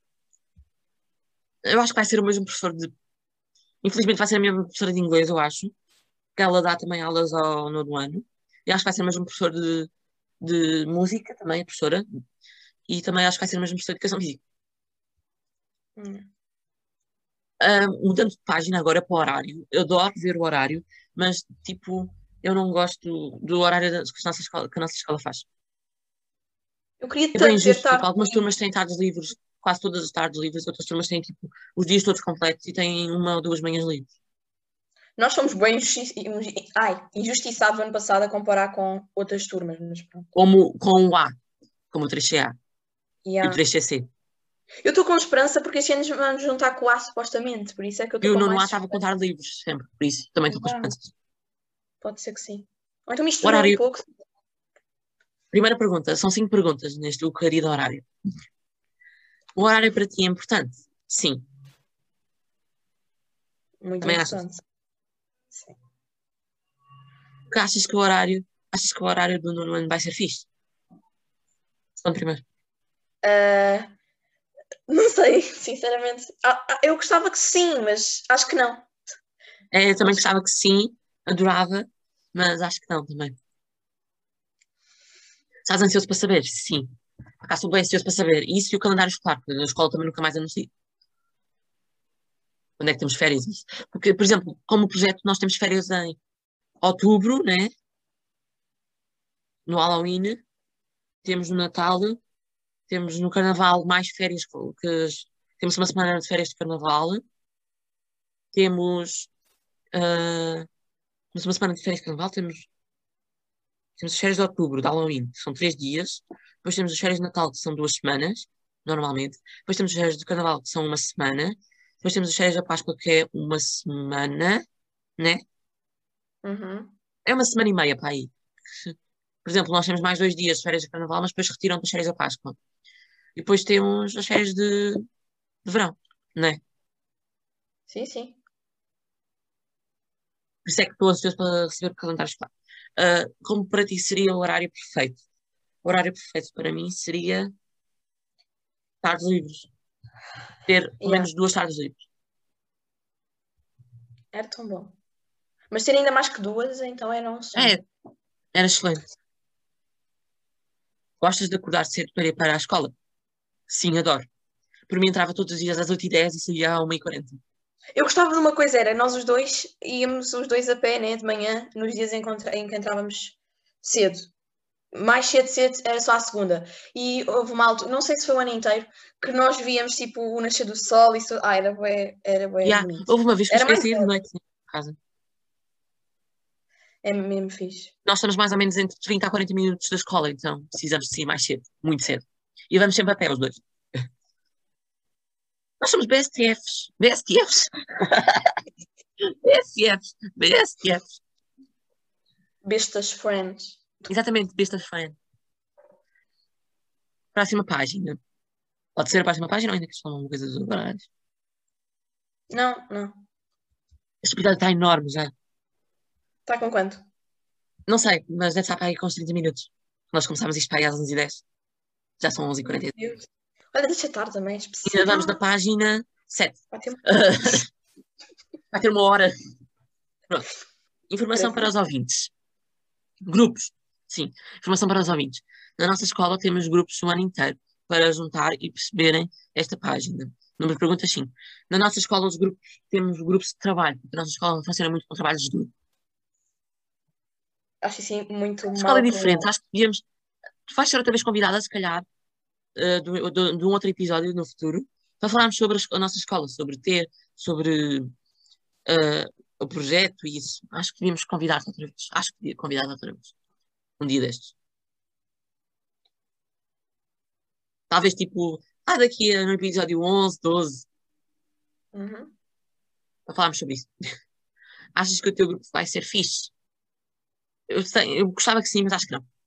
Eu acho que vai ser o mesmo professor de. Infelizmente vai ser a mesma professora de inglês, eu acho. Que ela dá também aulas ao nono ano. E acho que vai ser o mesmo professor de, de música, também, a professora. E também acho que vai ser o mesmo professor de educação física. Hum. Ah, mudando de página agora para o horário, eu adoro ver o horário, mas tipo, eu não gosto do horário da- que a nossa escola, que a nossa escola faz. Eu queria É bem tanto ter injusto, tipo, tarde algumas turmas livre. têm tardes livres, quase todas as tardes livres, outras turmas têm tipo os dias todos completos e têm uma ou duas manhãs livres. Nós fomos bem injusti ai, injustiçados ano passado a comparar com outras turmas, mas pronto. Como com o A, como o três C A e o Yeah. três C C. Eu estou com esperança porque este ano vamos juntar com o A supostamente, por isso é que eu E estou o com nono A mais estava com esperança. tarde livres sempre, por isso também estou com Yeah. esperanças. Pode ser que sim. Ou então O misturou um horário, pouco. primeira pergunta, são cinco perguntas neste o querido horário. O horário para ti é importante? Sim, Muito também achas? importante. Sim. Porque achas que o horário, achas que o horário do nono ano vai ser fixe? São primeiro. Uh, não sei, sinceramente. Ah, ah, eu gostava que sim, mas acho que não. É, eu também Acho que gostava que sim, adorava, mas acho que não também. Estás ansioso para saber? Sim. Por acaso estou bem ansioso para saber. Isso e o calendário escolar, porque na escola também nunca mais anuncia. Quando é que temos férias? Porque, por exemplo, como projeto, nós temos férias em outubro, né? No Halloween, temos no Natal, temos no Carnaval mais férias que, que- temos uma semana de férias de Carnaval, temos ah, temos uma semana de férias de Carnaval, temos, temos as férias de Outubro, de Halloween, que são três dias, depois temos as férias de Natal, que são duas semanas, normalmente, depois temos as férias de Carnaval, que são uma semana, depois temos as férias da Páscoa, que é uma semana, né? Uhum. É uma semana e meia para aí. Por exemplo, nós temos mais dois dias de férias de Carnaval, mas depois retiram as férias da Páscoa. E depois temos as férias de, de verão, né? Sim, sim. Por isso é que estou ansioso para receber o calendário escolar. Ah, como para ti seria o horário perfeito? O horário perfeito para mim seria tardes livres. Ter pelo Yeah. menos duas tardes livres. Era tão bom. Mas ter ainda mais que duas, então era um sonho. É, era excelente. Gostas de acordar cedo para ir para a escola? Sim, adoro. Por mim entrava todos os dias às oito e dez e saía à uma e quarenta. Eu gostava de uma coisa, era nós os dois íamos os dois a pé, né, de manhã, nos dias em, contra- em que entrávamos cedo. Mais cedo, cedo, era só à segunda. E houve uma altura, não sei se foi o ano inteiro, que nós víamos tipo o nascer do sol e isso. Ah, era bué, era E bué há, bonito. houve uma vez que eu Era cheguei a mais sair de velho, noite em casa. é mesmo fixe. Nós estamos mais ou menos entre trinta a quarenta minutos da escola, então precisamos de sair mais cedo, muito cedo. E vamos sempre a pé os dois. Nós somos B S T Fs. B S T Fs? B S T Fs. B S T Fs. Bestas friends. Exatamente, besta fan. Próxima página. Pode ser a próxima página ou ainda que estão uma coisa dos horários. Não, não. Este episódio está enorme já. Está com quanto? Não sei, mas deve estar para aí com uns trinta minutos. Nós começámos isto para aí às onze e dez. Já são onze e Meu quarenta. Deus. Olha, deixa estar também, é Ainda vamos na especial. página sete. Vai ter Vai ter uma hora. Pronto. Informação para credo. os ouvintes. Grupos. Sim, informação para os ouvintes. Na nossa escola temos grupos o ano inteiro para juntar e perceberem esta página. Número de perguntas, sim. Na nossa escola, os grupos, temos grupos de trabalho. A nossa escola funciona muito com trabalhos de grupo. Acho assim muito A escola é mal por um diferente. lado. Acho que devíamos. Tu vais ser outra vez convidada, se calhar, eh, de, de- de um outro episódio no futuro, para falarmos sobre a, es- a nossa escola, sobre ter, sobre eh, o projeto e isso. Acho que devíamos convidar-te outra vez. Acho que devia convidar-te outra vez. Um dia destes. Talvez tipo, ah, daqui a, no episódio onze, doze, Uhum. para falarmos sobre isso. Achas que o teu grupo vai ser fixe? Eu, sei- eu gostava que sim, mas acho que não.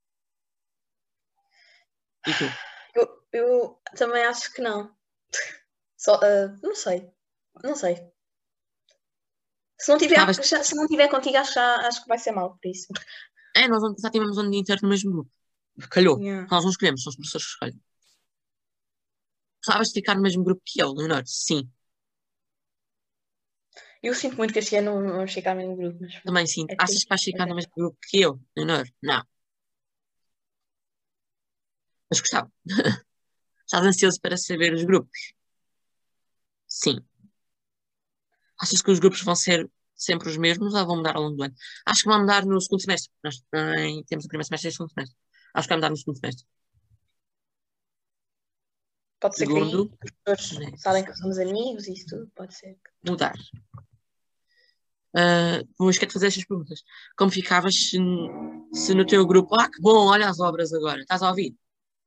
E tu? Eu, eu também acho que não. Só, ah, não sei. Não sei. Se não tiver, Gostavas? já- se não tiver contigo, acho, já- acho que vai ser mal, por isso. É, nós já tivemos um dia inteiro no mesmo grupo. Calhou. Yeah. Nós não escolhemos, são os professores que escolhem. Gostavas de ficar no mesmo grupo que eu, Leonor? Sim, Eu sinto muito que este ano não vamos ficar no mesmo grupo, mas pronto, também sinto. é Achas que triste. vais Mas ficar é. no mesmo grupo que eu, Leonor? Não, mas gostava. Estás ansioso para saber os grupos? Sim. Achas que os grupos vão ser sempre os mesmos ou vão mudar ao longo do ano? Acho que vão mudar no segundo semestre. Nós também temos o primeiro semestre e o segundo semestre. Acho que vai mudar no segundo semestre. Pode ser que aí Segundo, os professores sabem que somos amigos e isso tudo, pode ser. mudar. Uh, mas quero-te fazer estas perguntas. Como ficavas se, se no teu grupo, ah, que bom, olha as obras agora, estás a ouvir?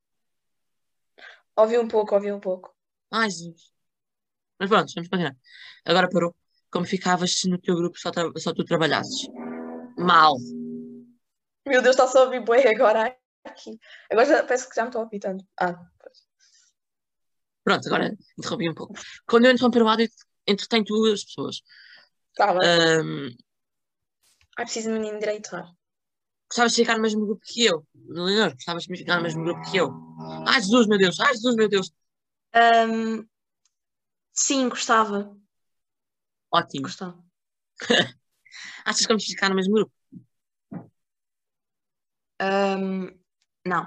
Ouvi um pouco, ouvi um pouco. Ai, Jesus. Mas pronto, vamos continuar. Agora parou. Como ficavas se no teu grupo só, tra- só tu trabalhasses? Mal. Meu Deus, está só a ouvir bué agora aqui. Agora já, parece que já me estou a ouvir tanto. Ah, pois. Pronto, agora interrompi um pouco. Quando eu interromper o áudio, entretém tu as pessoas. Está bem. Um, Ai, preciso de me endireitar. gostavas de ficar no mesmo grupo que eu? Leonor, gostavas de ficar no mesmo grupo que eu? Ai, Jesus, meu Deus! Ai, Jesus, meu Deus! Ahm, sim, gostava. Ótimo. Gostava. Achas que vamos ficar no mesmo grupo? Ahm, não.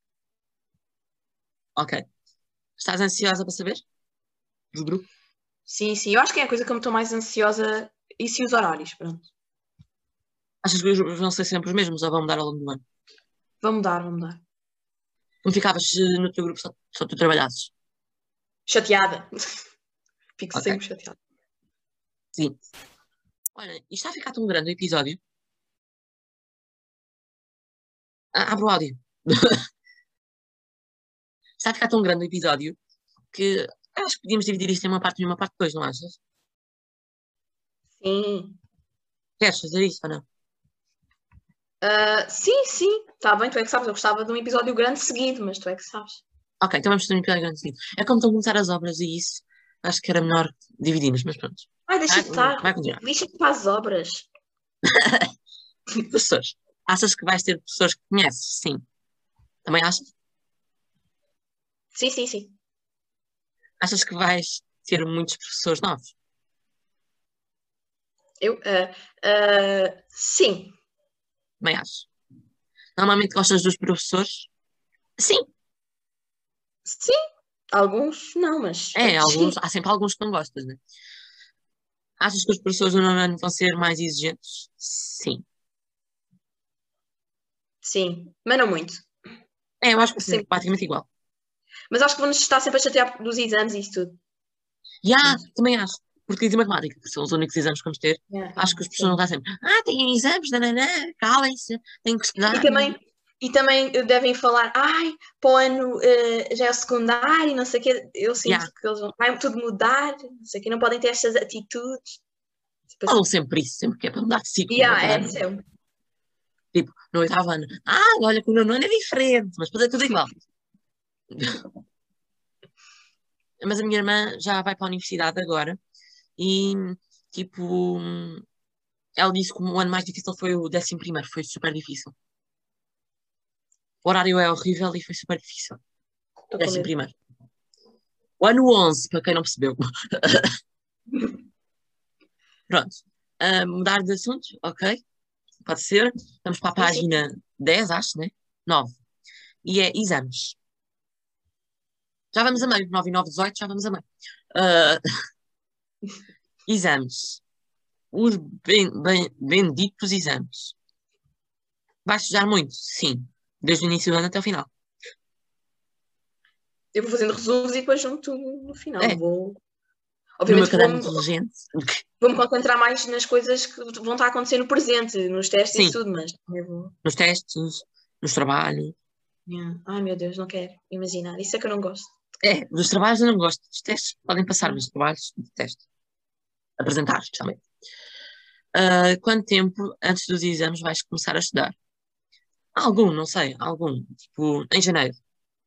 Ok. Estás ansiosa para saber? Do grupo? Sim, sim. Eu acho que é a coisa que eu me estou mais ansiosa. Isso e os horários, pronto. Achas que os grupos vão ser sempre os mesmos ou vão mudar ao longo do ano? Vão mudar, vão mudar. Como ficavas se no teu grupo só, só tu trabalhasses? Chateada. Fico Ok. sempre chateada. Sim. Olha, isto está a ficar tão grande o episódio. Ah, abre o áudio. Está a ficar tão grande o episódio que acho que podíamos dividir isto em uma parte um e uma parte dois, não achas? Sim. Queres fazer isso ou não? Ah, sim, sim. Está bem, tu é que sabes. Eu gostava de um episódio grande seguido, mas tu é que sabes. Ok, então vamos fazer um episódio grande seguinte. É como estão a começar as obras e isso. Acho que era melhor dividirmos, mas pronto. Ai, deixa Vai, de estar. vai continuar. Lixa-te para as obras. Professores. Achas que vais ter pessoas que conheces? Sim. Também achas? Sim, sim, sim. Achas que vais ter muitos professores novos? Eu, ah, ah, sim. Também acho. Normalmente gostas dos professores? Sim. Sim. Alguns não, mas É, outros sim. alguns, há sempre alguns que não gostas, né? Achas que os professores do nono ano vão ser mais exigentes? Sim. Sim. Mas não muito. É, eu acho Acho que que vai ser sempre. praticamente igual. Mas acho que vão-nos estar sempre a chatear dos exames e isso tudo. E há, Pronto. também acho. Português e matemática, que são os únicos exames que vamos ter. Yeah, Acho yeah, que os professores vão sim. estar sempre. Ah, têm exames, nananã, calem-se, têm que E estudar. também, e também devem falar, ai, para o ano eh, já é o secundário, não sei o quê. Eu Yeah. sinto que eles vão, vai tudo mudar, não sei o quê, não podem ter estas atitudes. Tipo Falam assim. sempre isso, sempre que é para mudar de ciclo, não é Yeah, para é, dar. isso Tipo, no oitavo ano. Ah, olha que o nono ano é diferente, mas depois é tudo igual. Mas a minha irmã já vai para a universidade agora e, tipo, ela disse que o ano mais difícil foi o décimo primeiro, foi super difícil. O horário é horrível e foi super difícil. estou com Décimo medo. primeiro. O ano onze, para quem não percebeu. Pronto. Ah, mudar de assunto, ok? Pode ser. Vamos para a Sim, sim. página dez, acho, né? Nove. E é exames. Já vamos a meio. Nove e nove, dezoito, já vamos a meio. Ah, exames. Os ben- ben- benditos exames. Vais estudar muito? Sim. Desde o início do ano até o final. Eu vou fazendo resumos e depois junto tudo no final. É. Não vou. No meu Obviamente caderno vou-me de regente. vou-me concentrar mais nas coisas que vão estar a acontecer no presente, nos testes e isso Sim. tudo, mas eu vou. Nos testes, nos trabalhos. Yeah. Ai meu Deus, não quero imaginar. Isso é que eu não gosto. É, dos trabalhos eu não gosto. Dos testes podem passar, mas dos trabalhos detesto. Apresentar, especialmente. Ah, quanto tempo antes dos exames vais começar a estudar? Algum, não sei, algum. Tipo, em janeiro.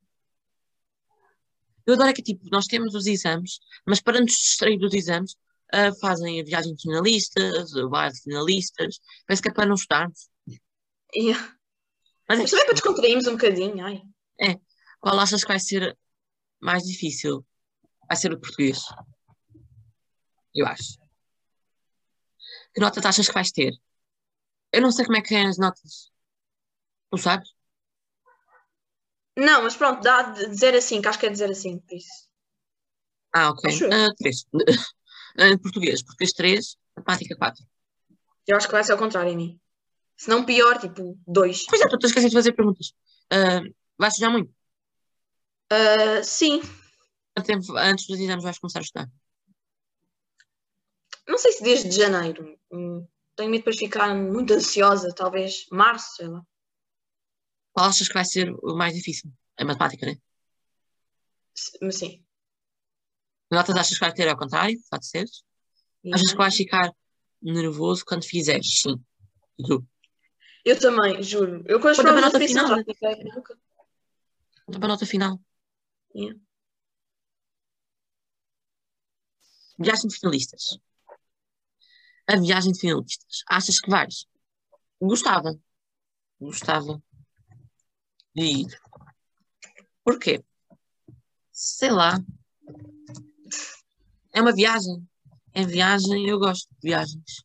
Eu adoro é que, tipo, nós temos os exames, mas para nos distrair dos exames, ah, fazem a viagem de finalistas, o bar de finalistas. Parece que é para não estudarmos. Yeah. Mas é Mas também para fixe. descontrairmos um bocadinho. Ai. É. Qual achas que vai ser mais difícil? Vai ser o português, eu acho. Que notas achas que vais ter? Eu não sei como é que é as notas. Tu sabes? Não, mas pronto, dá de zero a cinco, acho que é de zero a cinco, por isso. Ah, ok. Acho eu. Ah, três. Uh, português, português três, matemática quatro. Eu acho que vai ser ao contrário em mim. Se não pior, tipo, dois. Pois é, tu esqueci de fazer perguntas. Uh, vais estudar muito? Uh, sim. Quanto tempo antes dos exames vais começar a estudar? Não sei se desde janeiro. Hum, tenho medo de depois ficar muito ansiosa. Talvez março, sei lá. Qual achas que vai ser o mais difícil? A matemática, né? Mas sim. Notas achas que vai ter ao contrário? Pode ser? Achas que vais ficar nervoso quando fizeres? Sim. E tu? Eu também, juro. Eu com as Conta para a provas da nota frição final. já fiquei. Nunca. Conta para a nota final. Yeah. Viagem de finalistas. A viagem de finalistas. Achas que vais? Gostava. Gostava de ir. Porquê? Sei lá. É uma viagem. É viagem, eu gosto de viagens.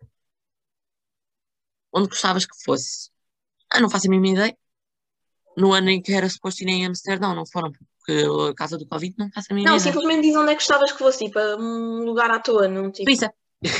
Onde gostavas que fosse? Ah, não faço a mínima ideia. No ano em que era suposto ir em Amsterdão, não foram, porque a causa do Covid não faço a mínima Não, ideia. simplesmente diz onde é que gostavas que fosse, tipo, a um lugar à toa, não tipo. Suíça.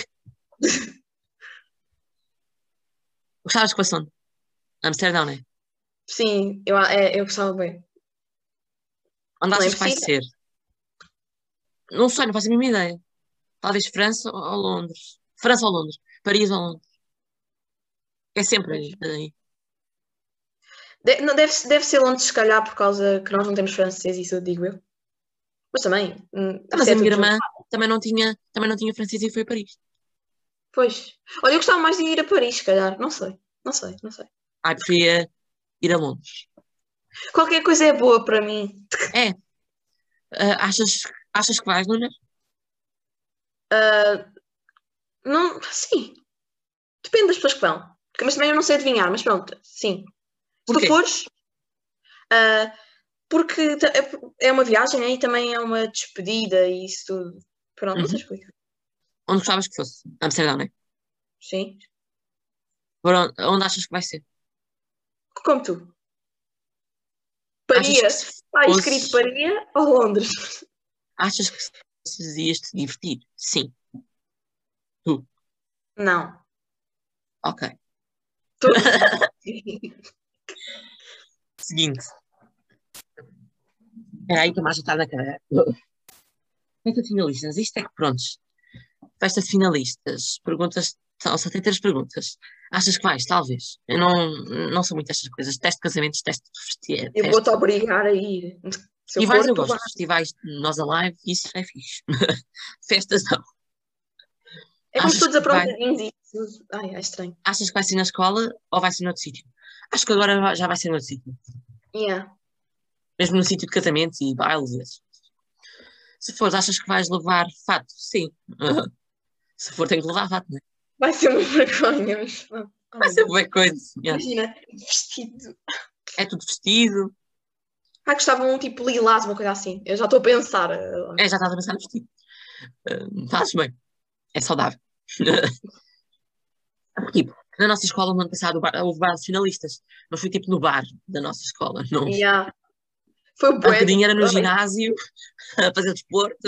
Gostavas que fosse onde? Amsterdão, né? Sim, eu, é, eu gostava bem. Onde Não é achas que vai impossível. ser? Não sei, não faço a mínima ideia. Talvez França ou Londres. França ou Londres. Paris ou Londres. É sempre aí. aí. De- não, deve, deve ser Londres, se calhar, por causa que nós não temos francês, isso eu digo eu. Mas também, hum, Ah, isso mas é a minha tudo junto. irmã também não tinha, também não tinha francês e foi a Paris. Pois. Olha, eu gostava mais de ir a Paris, se calhar. Não sei, não sei, não sei. Ai, preferia ir a Londres. Qualquer coisa é boa para mim. É. Ah, achas, achas que vais, Luna? Ah, não, sim, depende das pessoas que vão. Porque- Mas também eu não sei adivinhar, mas pronto, sim. Se tu Porquê? fores, ah, porque ta- é é uma viagem, né? E também é uma despedida e isso tudo. Pronto, não sei Uhum. explicar. Onde gostavas que fosse? Amsterdão, né? Sim. Por onde, onde achas que vai ser? Como tu. Achas que Paria. se Está escrito fosses, Paria ou Londres? achas que se fosses ias te divertir? Sim. Tu. Não. Ok. Tu... Seguinte. Espera aí que a mais está na cara. Festa de finalistas. Isto é que prontos. Festa de finalistas. Perguntas. São só tem três perguntas. Achas que vais? Talvez. Eu não, não sou muito destas coisas. Teste de casamentos, teste de vestir, Eu vou-te teste. obrigar a ir. Se eu Festivais for, eu tu gosto. vais. Festivais de Nós Alive, isso é fixe. Festas não. É como se Achas todos que vai, aprontadinhos e tudo. Ai, é estranho. achas que vai ser na escola ou vai ser noutro sítio? Acho que agora vai- já vai ser noutro sítio. Yeah. Mesmo no sítio de casamentos e bailes e essas. Se fores, achas que vais levar fato? Sim. Se for, tem que levar fato, né? Vai ser uma vergonha, mas não. Oh, Vai meu ser Deus. boa coisa. Yeah. Imagina, vestido. É tudo vestido. Ah, gostava um tipo lilás, uma coisa assim. Eu já estou a pensar. eh, É, já estás a pensar no vestido. Uh, fazes bem. É saudável. Tipo, na nossa escola, no ano passado, o bar- houve vários finalistas. Mas foi tipo no bar da nossa escola. Não. Yeah. Foi Há um bué, bocadinho tipo, era no ai, ginásio, a fazer desporto.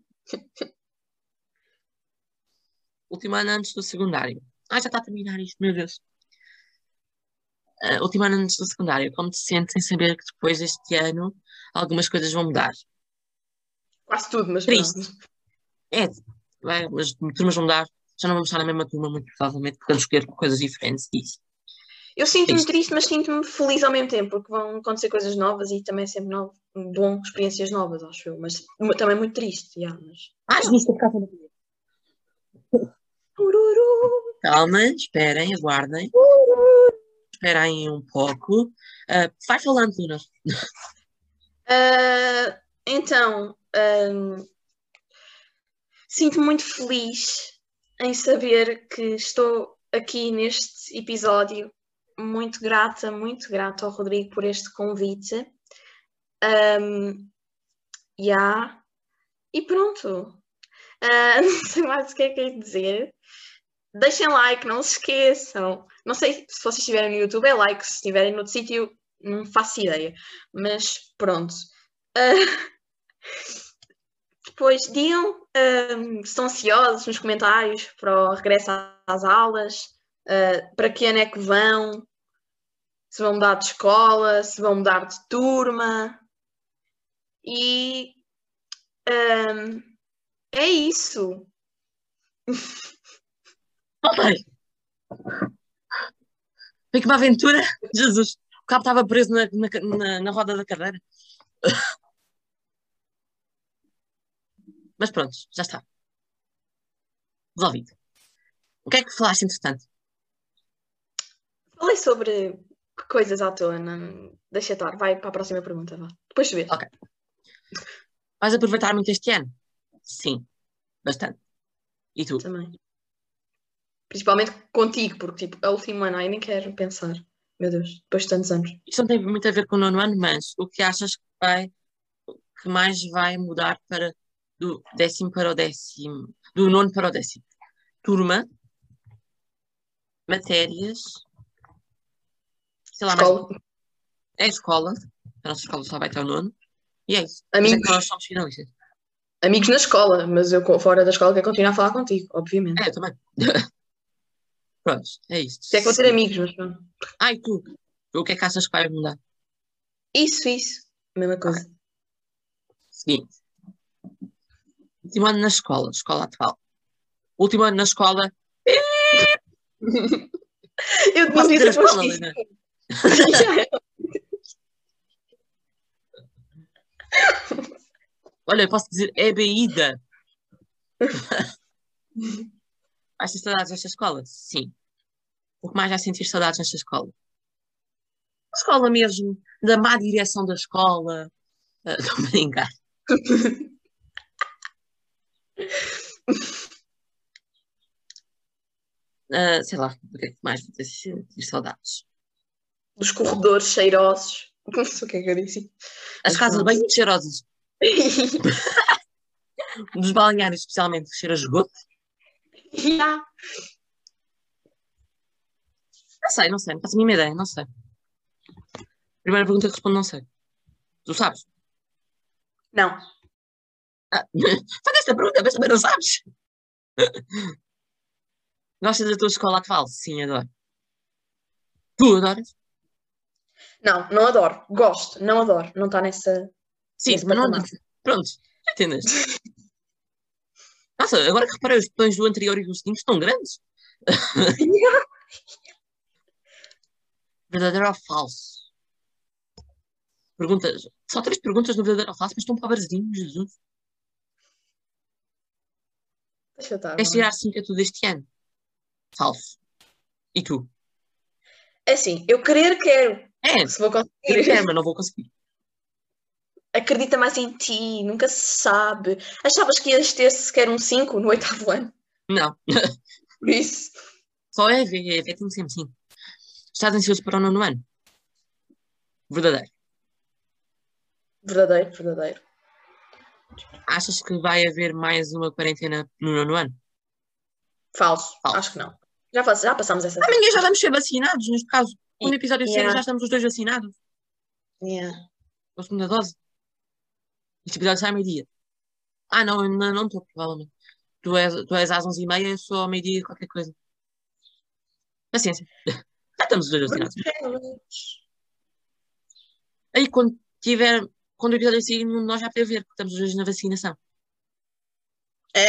Último ano antes do secundário. Ah, já está a terminar isto, meu Deus. Uh, último ano antes do secundário. Como te sentes em saber que depois deste ano algumas coisas vão mudar? quase tudo, mas pronto. Triste. É, vai, as turmas vão mudar. Já não vamos estar na mesma turma, muito provavelmente, porque vamos escolher coisas diferentes disso. Eu sinto-me Triste. triste, mas sinto-me feliz ao mesmo tempo, porque vão acontecer coisas novas e também é sempre novo, bom, experiências novas, acho eu. Mas mu- também muito triste, yeah, mas... Ah, Jesus, estou por causa da Ururu, Calma, esperem, aguardem. ururu. Esperem um pouco. Uh, vai falando, Luna. Ah, então, ahm, sinto-me muito feliz em saber que estou aqui neste episódio. Muito grata, muito grata ao Rodrigo por este convite. Um, yeah. E pronto. Ah, não sei mais o que é que é dizer. Deixem like, não se esqueçam. Não sei se vocês estiverem no YouTube é like, se estiverem no outro sítio não faço ideia. Mas pronto. Ah, depois digam um, estão ansiosos nos comentários para o regresso às aulas, uh, para que ano é que vão, se vão mudar de escola, se vão mudar de turma. E um, é isso. Papai, foi que uma aventura. Jesus, o cabo estava preso na, na, na, na roda da cadeira. Mas pronto, já está. Resolvido. O que é que falaste, entretanto? Falei sobre coisas à toa. Não... Deixa estar, vai para a próxima pergunta. Vá. Depois se vê. Ok. Vais aproveitar muito este ano? Sim, bastante. E tu? Também. Principalmente contigo, porque tipo, a última ano, ai, nem quero pensar. Meu Deus, depois de tantos anos. Isto não tem muito a ver com o nono ano, mas o que achas que vai, que mais vai mudar para do décimo para o décimo, do nono para o décimo? Turma, matérias, sei lá, mais. Escola, É a escola, a nossa escola só vai até o nono, e é isso. Mas é que amigos, nós somos finalistas. amigos na escola, mas eu co- fora da escola quero continuar a falar contigo, obviamente. É, eu também. Pronto, é isto. Se é que vou ter amigos, mas pronto. Ai, tu, o que é que achas que vai mudar? Isso, isso. Mesma coisa. Seguinte, último ano na escola, escola atual. Último ano na escola, Eu eu não posso dizer a devia ter posto escola, isso. Lina? Olha, eu posso dizer é Ebeída. Vais ter saudades desta escola? Sim. O que mais vais sentir saudades nesta escola? A escola mesmo, da má direção da escola. Ah, Estou a brincar. Ah, sei lá, o que é que mais vou ter sentir saudades? Dos corredores cheirosos. Não sei o que é que eu disse. As Mas casas pronto. bem muito cheirosas. Dos balneários, especialmente, que cheira a esgoto. Yeah. Não sei, não sei, não faço a mínima ideia, não sei. Primeira pergunta que respondo, não sei. Tu sabes? Não. Ah, faz esta pergunta, mas também não sabes. Gostas da tua escola atual? Sim, adoro. Tu adoras? Não, não adoro. Gosto, não adoro. Não está nessa, Sim, nesse mas não. patamar. Pronto, já entendeste. Nossa, agora que reparei, os botões do anterior e do seguinte estão grandes. Verdadeiro ou falso? Perguntas. Só três perguntas no verdadeiro ou falso, mas estão pobrezinhos, Jesus. Deixa eu estar, Queres vai. tirar cinco a tudo este ano? Falso. E tu? É assim, eu querer quero. É, Se vou querer quero, conseguir. mas não vou conseguir. Acredita mais em ti, nunca se sabe. Achavas que ias ter sequer um cinco no oitavo ano? Não. Por isso. Só é ver, é ver, tem sempre sim. Estás ansioso para o nono ano? Verdadeiro. Verdadeiro, verdadeiro. Achas que vai haver mais uma quarentena no nono ano? Falso. Falso. Acho que não. Já, pass- já passámos essa Amanhã já fase. vamos ser vacinados, neste caso. No episódio de série Yeah, já estamos os dois vacinados. yeah. Com a segunda dose. Este episódio sai ao meio-dia. Ah, não, ainda não estou, provavelmente. Tu és, tu és às onze e meia, eu sou ao meio-dia qualquer coisa. Paciência. Já estamos os dois vacinados. Bruxelas. Aí quando tiver, quando o episódio sair, nenhum de nós já vai ver, porque estamos os dois na vacinação. É.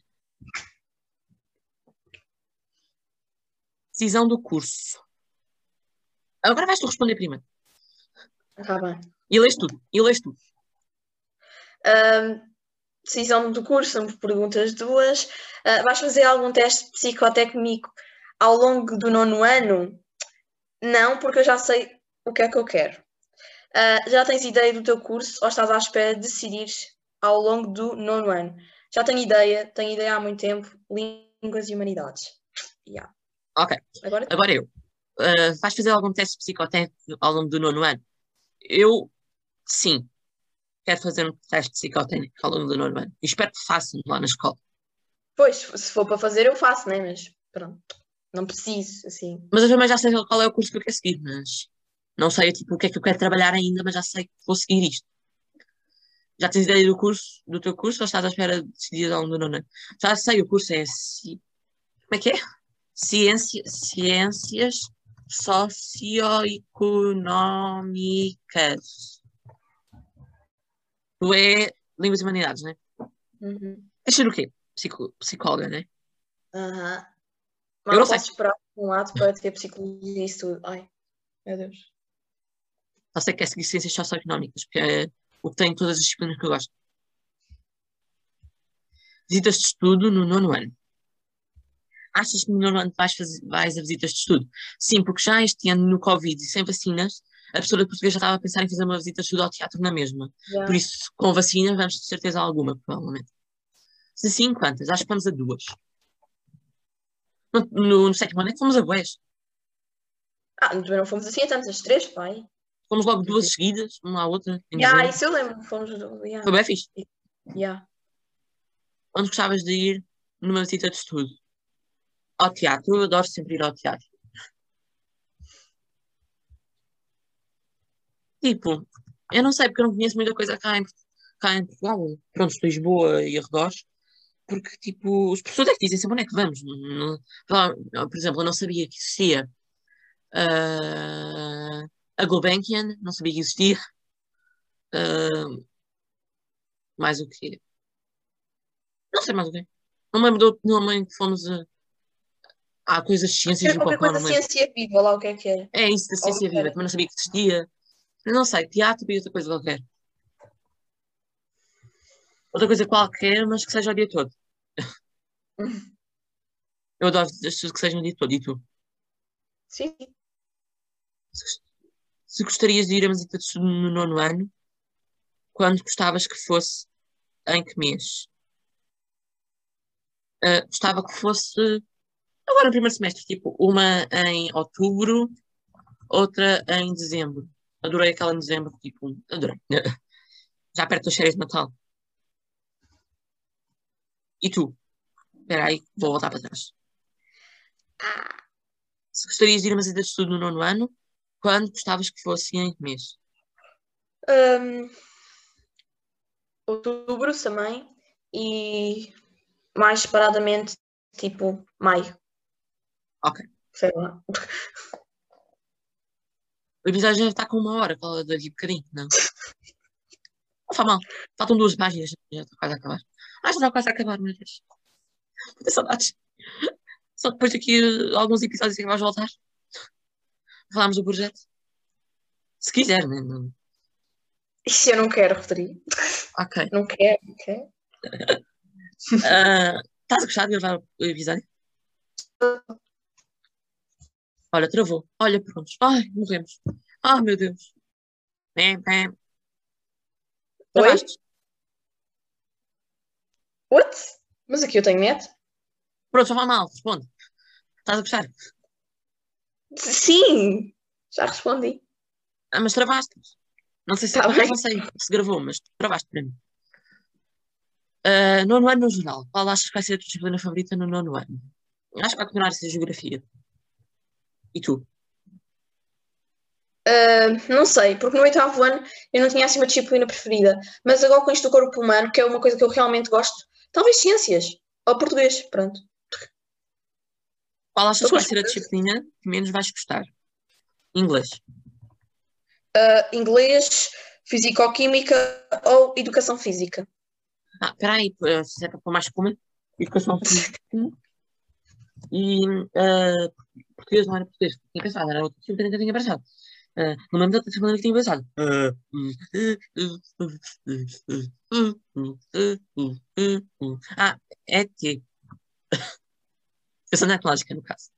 Decisão do curso. Agora vais tu responder primeiro. Tá bem. E lês tudo. E lês tudo. Ahm, decisão do curso, são perguntas duas. Ah, vais fazer algum teste psicotécnico ao longo do nono ano? Não, porque eu já sei o que é que eu quero. Ah, já tens ideia do teu curso ou estás à espera de decidir ao longo do nono ano? Já tenho ideia, tenho ideia há muito tempo. Línguas e humanidades. Yeah. Ok. Agora Agora eu. Uh, vais fazer algum teste psicotécnico ao longo do nono ano? Eu, sim. Quero fazer um teste psicotécnico ao longo do nono ano. E espero que façam lá na escola. Pois, se for para fazer, eu faço, né? Mas pronto, não preciso, assim. Mas eu também já sei qual é o curso que eu quero seguir, mas não sei tipo, o que é que eu quero trabalhar ainda, mas já sei que vou seguir isto. Já tens ideia do curso, do teu curso, ou estás à espera de decidir de algum do nono ano? Já sei, o curso é... ci- Como é que é? Ciência, ciências socioeconómicas. Tu é Línguas e Humanidades, né? Uhum. Queres ser o quê? Psico, psicóloga, né? Aham. Eu Mal não sei. posso esperar por um lado para ter psicologia e isso tudo. Ai, meu Deus. Só sei que é seguir ciências socioeconómicas, porque é o que tem todas as disciplinas que eu gosto. Visitas de estudo no nono ano. Achas que no nono ano vais, fazer, vais a visitas de estudo? Sim, porque já este ano, no Covid e sem vacinas, a professora de português já estava a pensar em fazer uma visita de estudo ao teatro na mesma. Por Já. isso, com vacina, vamos ter certeza alguma, provavelmente. Se sim, quantas? Acho que vamos a duas. No, no, no sétimo ano é que fomos a bués. Ah, também não fomos assim a tantas, três, pai. Fomos logo duas seguidas, uma à outra, em Já, dezembro. isso eu lembro. Fomos. Já. Foi bem fixe. Já. Onde gostavas de ir numa visita de estudo? Ao teatro. Eu adoro sempre ir ao teatro. Tipo, eu não sei porque eu não conheço muita coisa cá em, cá em Portugal. Pronto, Lisboa e arredores. Porque, tipo, os professores é que dizem sempre onde é que vamos. Não- não- por exemplo, eu não sabia que existia ah, a Gulbenkian, não sabia que existia. ah, mais o quê? Não sei mais o quê. Não me lembro do outro nome em que fomos a... Há coisas de ciências Era do qualquer Cocó, coisa não me lembro. ciência viva lá, o que é que era? É isso da Ou ciência viva, era? também não sabia que existia. Não sei, teatro e outra coisa qualquer. Outra coisa qualquer, mas que seja o dia todo. Eu adoro as coisas que sejam o dia todo. E tu? Sim, sim. Se, se gostarias de ir a uma visita de estudo no nono ano, quando gostavas que fosse, em que mês? Ah, gostava que fosse agora no primeiro semestre, tipo, uma em outubro, outra em dezembro. Adorei aquela em dezembro, tipo, adorei. Já perto das férias de Natal. E tu? Espera aí, vou voltar para trás. Ah, Se gostarias de ir a uma visita de estudo no nono ano, quando gostavas que fosse em que mês? hum, outubro também. E mais separadamente, tipo, maio. Ok. Sei lá. O episódio já está com uma hora, fala daqui a bocadinho, não? Não faz mal. Faltam duas páginas, já está quase a acabar. Ah, já está quase a acabar, meu Deus. Tenho saudades. Só depois daqui a alguns episódios é que vais voltar. Falámos do projeto. Se quiser, né? Não- Isso eu não quero, Rodrigo. Ok. Não quero, não quero. Ah, estás a gostar de gravar o episódio? Olha, travou. Olha, pronto. Ai, morremos. Ah, meu Deus. Pem, pem. Oi? Travaste. What? Mas aqui eu tenho net? Pronto, já vai mal. Responde. Estás a gostar? Sim! Já respondi. Ah, mas travaste. Não sei se, Está por acaso bem. não sei se gravou, mas travaste para mim. Ah, nono ano no geral. Qual achas que vai ser a tua disciplina favorita no nono ano? Acho que vai continuar a ser geografia. E tu? Ah, não sei, porque no oitavo ano eu não tinha assim uma disciplina preferida. Mas agora com isto do corpo humano, que é uma coisa que eu realmente gosto, talvez ciências. Ou português, pronto. Qual achas Estou que com vai ser a escolhas. disciplina que menos vais gostar? Inglês. Ah, inglês, fisicoquímica ou educação física. Ah, peraí, eh, se é para pôr mais uma, educação física e ah, português não era português. Tinha pensado, era outra disciplina que eu tinha pensado. Ah, não lembro da outra disciplina que tinha pensado. Ah, hum, ah, é que. Educação tecnológica, no caso.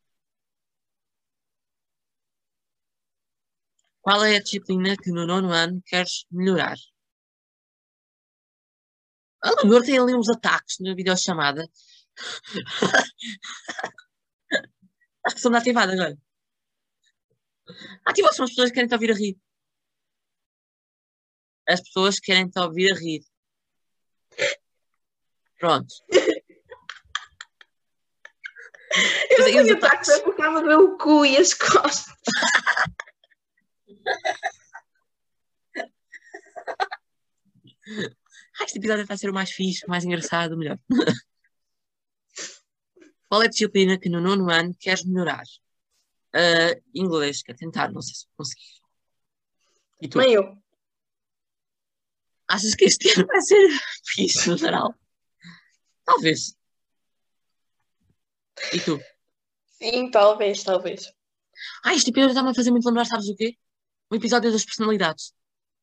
Qual é a disciplina que no nono ano queres melhorar? A Leonor tem ali uns ataques na videochamada. Acho que são deativadas agora. Ativa são as pessoas que querem te ouvir a rir. As pessoas que querem te ouvir a rir. Pronto. Eu Depois não aí os tenho ataques, é ataques. porque estava a ver o cu e as costas. episódio vai ser o mais fixe, o mais engraçado, o melhor. Qual é a disciplina que no nono ano queres melhorar? Uh, inglês, quero tentar, não sei se consegui. E tu? Nem eu. Achas que este ano vai ser fixe no geral? Talvez. E tu? Sim, talvez, talvez. Ah, este episódio está-me a fazer muito lembrar, sabes o quê? O episódio das personalidades.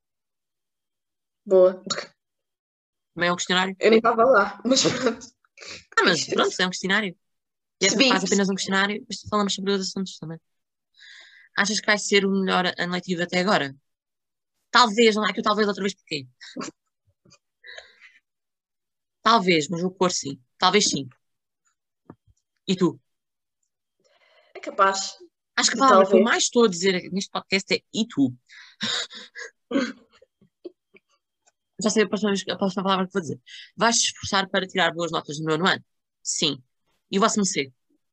Boa. Também é um questionário. Eu nem estava lá, mas pronto. Ah, mas pronto, é um questionário. E é Percebi, faz apenas um percebi. questionário e depois falamos sobre os assuntos também. Achas que vai ser o melhor ano letivo até agora? Talvez, não é que eu talvez outra vez porquê? Talvez, mas vou pôr sim. Talvez sim. E tu? É capaz. Acho que a De palavra que eu talvez. mais estou a dizer neste podcast é e tu. Já sei a próxima, vez- a próxima palavra que vou dizer. Vais te esforçar para tirar boas notas no nono ano? Sim. E o vosso C?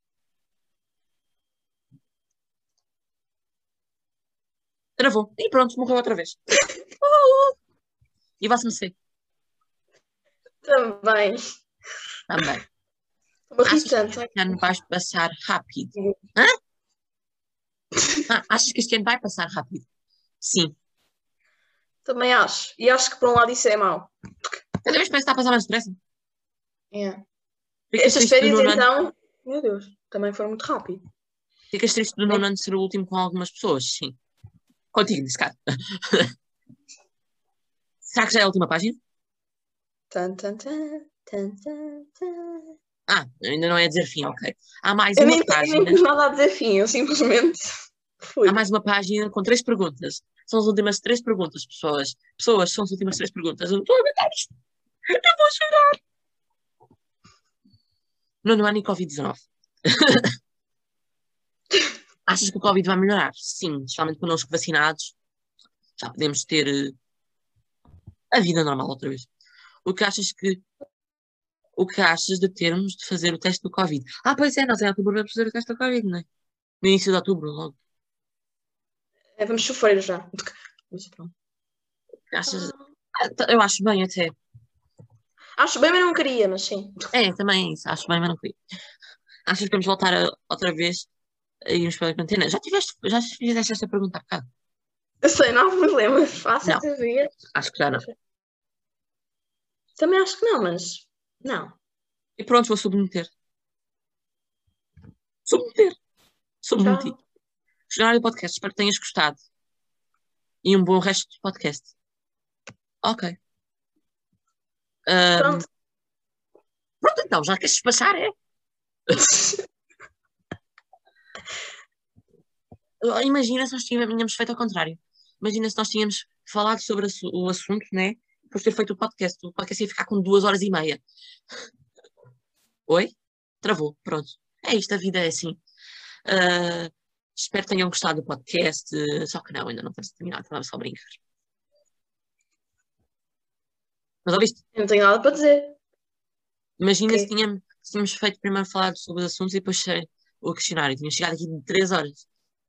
Travou. E pronto, morreu outra vez. E o vosso C? Também. Também. Estou Achas que irritante. este ano vais passar rápido? Hã? Ah, achas que este ano vai passar rápido? Sim. Também acho. E acho que por um lado isso é mau. Cada vez parece que está a passar mais depressa. É. Ficas Estas triste do férias nono ano? então, meu Deus, também foram muito rápido. Ficas triste do Né? nono ano ser o último com algumas pessoas? Sim. Contigo, nesse caso. Será que já é a última página? Tan, tan, tan, tan, tan, tan. Ah, ainda não é dizer fim, ok. Há mais Eu uma nem, eu nem página. pus nada a dizer fim, eu simplesmente fui. Há mais uma página com três perguntas. São as últimas três perguntas, pessoas. Pessoas, são as últimas três perguntas. Eu não estou a aguentar isto. Eu vou chorar. Nono ano e covid dezanove. Achas que o Covid vai melhorar? Sim, especialmente connosco vacinados. Já podemos ter eh, a vida normal outra vez. O que achas que o que achas de termos de fazer o teste do Covid? Ah, pois é, nós em outubro vamos fazer o teste do Covid, não é? No início de outubro, logo. É, vamos sofrer já. Mas pronto. Achas... Ah, t- Eu acho bem até. Acho bem, mas não queria, mas sim. É, também é isso. Acho bem, mas não queria. Achas que vamos voltar a- outra vez a irmos pela quarentena? Já tiveste, já fizeste esta pergunta há bocado? Eu sei, não há problema. Faça Não, outra vez. acho que já não. Também acho que não, mas não. E pronto, vou submeter. Submeter. Submeti. Tchau. Final do podcast. Espero que tenhas gostado. E um bom resto de podcast. Ok. Ahm, Pronto. pronto, então, já queres despachar, é? Imagina se nós tínhamos feito ao contrário. Imagina se nós tínhamos falado sobre assu- o assunto, né? Depois de ter feito o podcast. O podcast ia ficar com duas horas e meia. Oi? Travou. Pronto. É isto, a vida é assim. Ah, espero que tenham gostado do podcast. Só que não, ainda não temos terminado. Estava só a brincar. Mas ouviste? Eu não tenho nada para dizer. Imagina se Ok. tínhamos, se tínhamos feito primeiro falar sobre os assuntos e depois eh, o questionário. Tínhamos chegado aqui de três horas.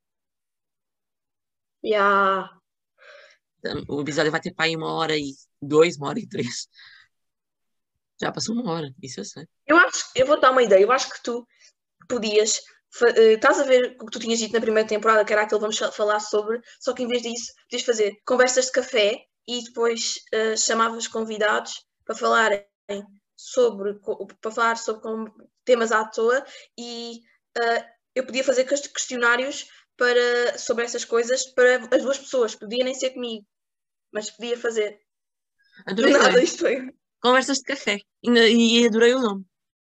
Yeah. Então, o episódio vai ter para aí uma hora e dois, uma hora e três. Já passou uma hora, isso eu sei. Eu acho, eu vou dar uma ideia. Eu acho que tu podias. fa- eh, Estás a ver o que tu tinhas dito na primeira temporada, que era aquilo que vamos fa- falar sobre, só que em vez disso, podias fazer conversas de café e depois eh, chamavas convidados para falarem sobre, co- para falar sobre com- temas à toa e eh, eu podia fazer quest- questionários para, sobre essas coisas para as duas pessoas. Podia nem ser comigo, mas podia fazer. Do Adorei a nada ideia. isto foi. Conversas de café. E, na- e adorei o nome.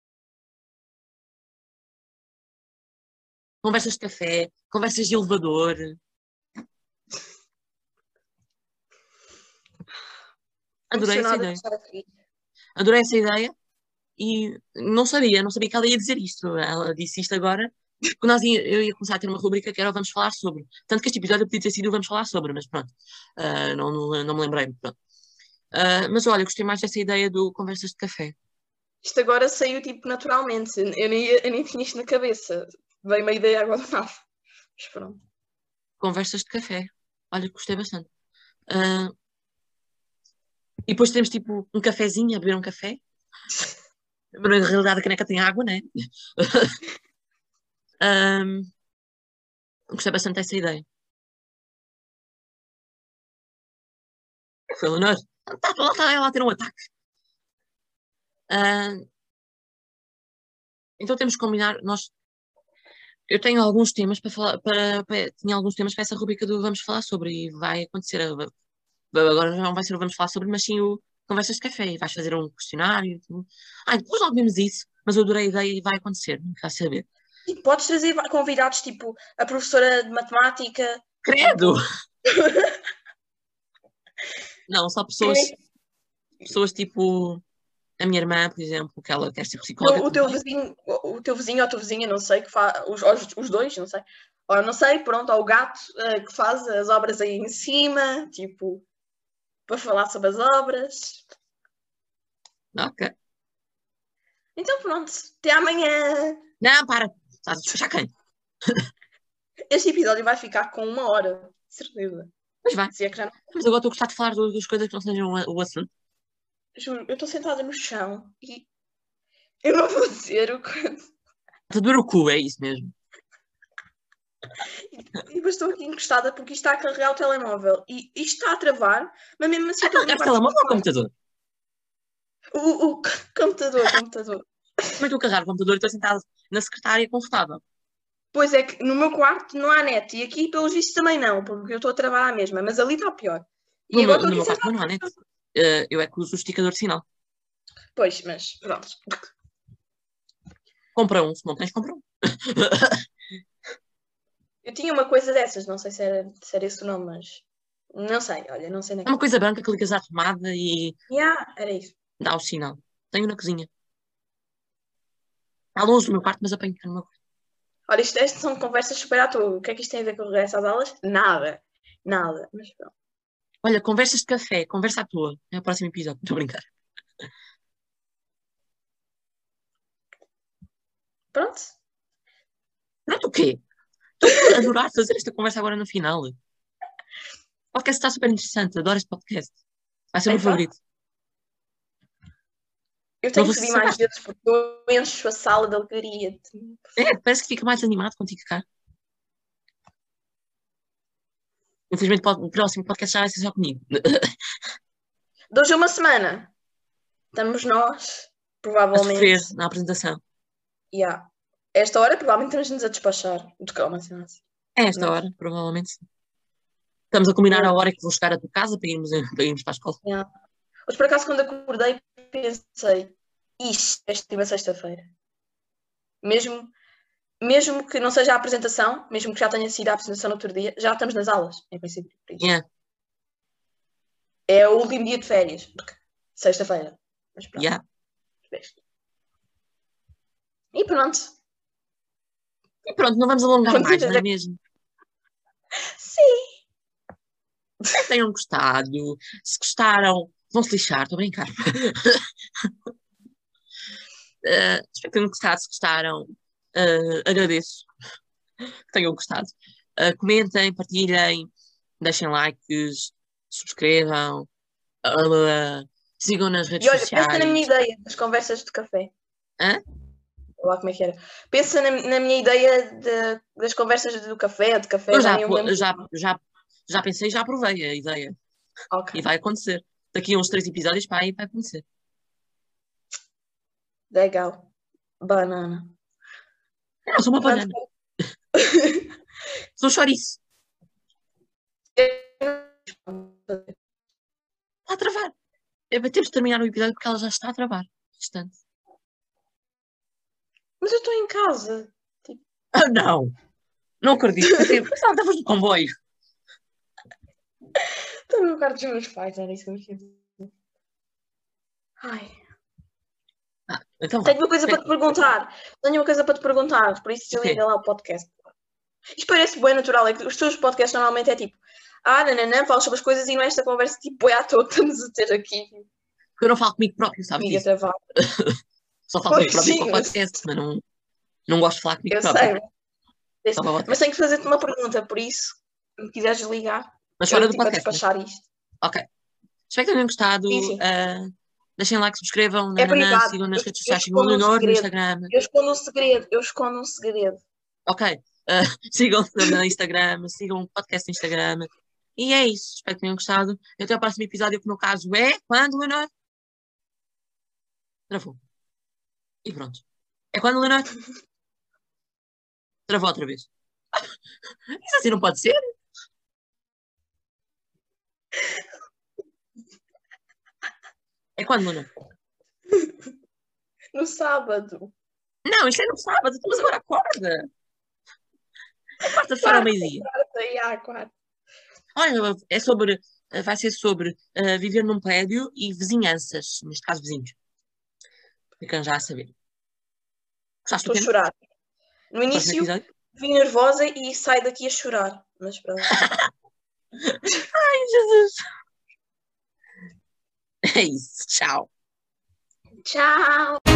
Conversas de café, conversas de elevador. Adorei essa Emocionada de ideia. estar aqui. Adorei essa ideia e não sabia, não sabia que ela ia dizer isto. Ela disse isto agora, porque nós ia, eu ia começar a ter uma rubrica que era o Vamos Falar Sobre. Tanto que este episódio podia ter sido o Vamos Falar Sobre, mas pronto, ah, não, não, não me lembrei. Pronto. Ah, mas olha, gostei mais dessa ideia do Conversas de Café. Isto agora saiu tipo naturalmente. Eu nem, eu nem tinha isto na cabeça. Veio uma ideia agora do nada. Mas pronto. Conversas de Café. Olha, gostei bastante. Ah, E depois temos tipo um cafezinho, a beber um café. Mas na realidade a caneca tem água, né? Ahm, gostei bastante dessa ideia. Foi Leonor. Está lá, está ela a ter um ataque. Ah, então temos que combinar. Nós, eu tenho alguns temas para falar, para, para- tinha alguns temas para essa rubrica do Vamos Falar sobre e vai acontecer. Agora não vai ser o Vamos Falar sobre, mas sim o Conversas de Café. E vais fazer um questionário. Tudo. Ah, depois logo vemos isso, mas eu adorei a ideia e vai acontecer, não quer saber. E podes trazer va- convidados, tipo a professora de matemática, Credo! tipo, Não, só pessoas, quem é pessoas tipo a minha irmã, por exemplo, que ela quer ser psicóloga o, o teu também. vizinho, o, o teu vizinho ou a tua vizinha, não sei, que faz os, os, os dois, não sei. Ou não sei, pronto, ou o gato eh, que faz as obras aí em cima, tipo, para falar sobre as obras. Ok. Então pronto, até amanhã. Não, para. Estás a despachar quem? Este episódio vai ficar com uma hora, certeza. Pois vai. Se é que já não. Mas agora estou a gostar de falar das coisas que não sejam o o assunto. Juro, eu estou sentada no chão e eu não vou dizer o que. Está a doer o cu, é isso mesmo. E depois estou aqui encostada porque isto está a carregar o telemóvel e isto está a travar, mas mesmo assim eu estou Ah, aqui não, no é quarto telemóvel ou escuro. computador? O, o computador, o computador. Também estou a carregar o computador e estou sentada na secretária confortável. Pois é que no meu quarto não há net e aqui, pelos vistos, também não, porque eu estou a travar à mesma, mas ali está pior. No E meu, agora estou no aqui meu quarto sentada. também não há net. Eh, eu é que uso o esticador de sinal. Pois, mas pronto. Compra um, se não tens, compra um. Eu tinha uma coisa dessas, não sei se era, se era esse o nome, mas não sei, olha, não sei nem É uma qual. coisa branca que ligas à tomada e Yeah, era isso. dá o sinal. Tenho na cozinha. Está longe do meu quarto, mas apanho cá no meu quarto. Olha, isto, isto são conversas super à toa. O que é que isto tem a ver com o regresso às aulas? Nada. Nada. Mas pronto. Olha, conversas de café, conversa à toa. É o próximo episódio, estou a brincar. Pronto. Pronto, o quê? Estou a adorar fazer esta conversa agora no final. O podcast está super interessante, adoro este podcast. Vai ser o meu Então, favorito. eu Não tenho sei que se vir mais sacaste. vezes porque eu encho a sala de alegria. É, parece que fica mais animado contigo cá. Infelizmente, pode- o próximo podcast já vai ser só comigo. De hoje a uma semana, estamos nós, A sofrer provavelmente. na apresentação. Yeah. Esta hora, provavelmente, estamos-nos a despachar. De calma, assim, assim. É esta Nós. hora, provavelmente sim. Estamos a combinar a Mas, hora que vou chegar à tua casa para irmos, para irmos para a escola. yeah. Mas por acaso, quando acordei, pensei, isto, esta é sexta-feira. Mesmo, mesmo que não seja a apresentação, mesmo que já tenha sido a apresentação no outro dia, já estamos nas aulas, em princípio. Por isso. Yeah, É o último dia de férias, porque sexta-feira. Mas pronto. yeah. E pronto. E pronto, não vamos alongar Vamos mais, não é entender. mesmo? Sim. Espero que tenham gostado. Se gostaram, vão se lixar, estou a brincar. Uh, espero que tenham gostado. Se gostaram, uh, agradeço que tenham gostado. Uh, comentem, partilhem, deixem likes, subscrevam, uh, sigam nas redes E olha, pensa na minha sociais. ideia das conversas de café. Hã? Olha lá como é que era. Pensa na, na minha ideia de- das conversas do café, de café, Eu já já, nem eu me po- lembro. já, já, já pensei e já aprovei a ideia. Ok. E vai acontecer. Daqui a uns três episódios para aí vai acontecer. Legal. Banana. Eu sou uma Pronto. banana. Sou chouriço. Está a travar. É, temos de terminar o episódio porque ela já está a travar. Bastante. Mas eu estou em casa. Tipo, Ah, não! Não acredito. Pensei, pensava que estavas no comboio. estou no quarto dos meus pais, era isso que eu queria dizer. Ai. Ah, então vá. Tenho uma coisa para te perguntar. Tenho uma coisa para te perguntar, por isso O quê? desliga lá o podcast. Isto parece bem natural, é que os teus podcasts normalmente é tipo, ah, nananã, falas sobre as coisas e não é esta conversa tipo, é à toa que estamos a ter aqui, Porque eu não falo comigo próprio, sabes amiga disso? travar. Só falo comigo Pois próprio para sim, o mas podcast, mas não, não gosto de falar comigo eu próprio. sei. Só para o Mas podcast. tenho que fazer-te uma pergunta, por isso, se me quiseres desligar, Mas eu fora do tipo a podcast, né? despachar isto. Ok. Espero que tenham gostado. Sim, sim. Uh, deixem like, subscrevam, É nananã, privado. sigam nas Eu, redes eu sociais, sigam o escondo um Leonor no segredo. Instagram. Eu escondo um segredo. Eu escondo um segredo. Ok. Uh, sigam no Instagram, sigam o podcast no Instagram. E é isso. Espero que tenham gostado. E até o próximo episódio, que no caso é quando, Leonor? Travou. E pronto. É quando, Leonor? Travou outra vez. Isso assim não pode ser? É quando, Leonor? No sábado. Não, isto é no sábado. Mas agora acorda. É quarta-feira ao Quarta, meio-dia. quarta, yeah, quarta. Olha, é sobre, vai ser sobre uh, viver num prédio e vizinhanças, neste caso vizinhos. Ficam já a saber. Gostaste Estou do a tema? chorar. No Do próximo início, episódio? vim nervosa e saio daqui a chorar. Mas pronto. Ai, Jesus! É isso. Tchau. Tchau!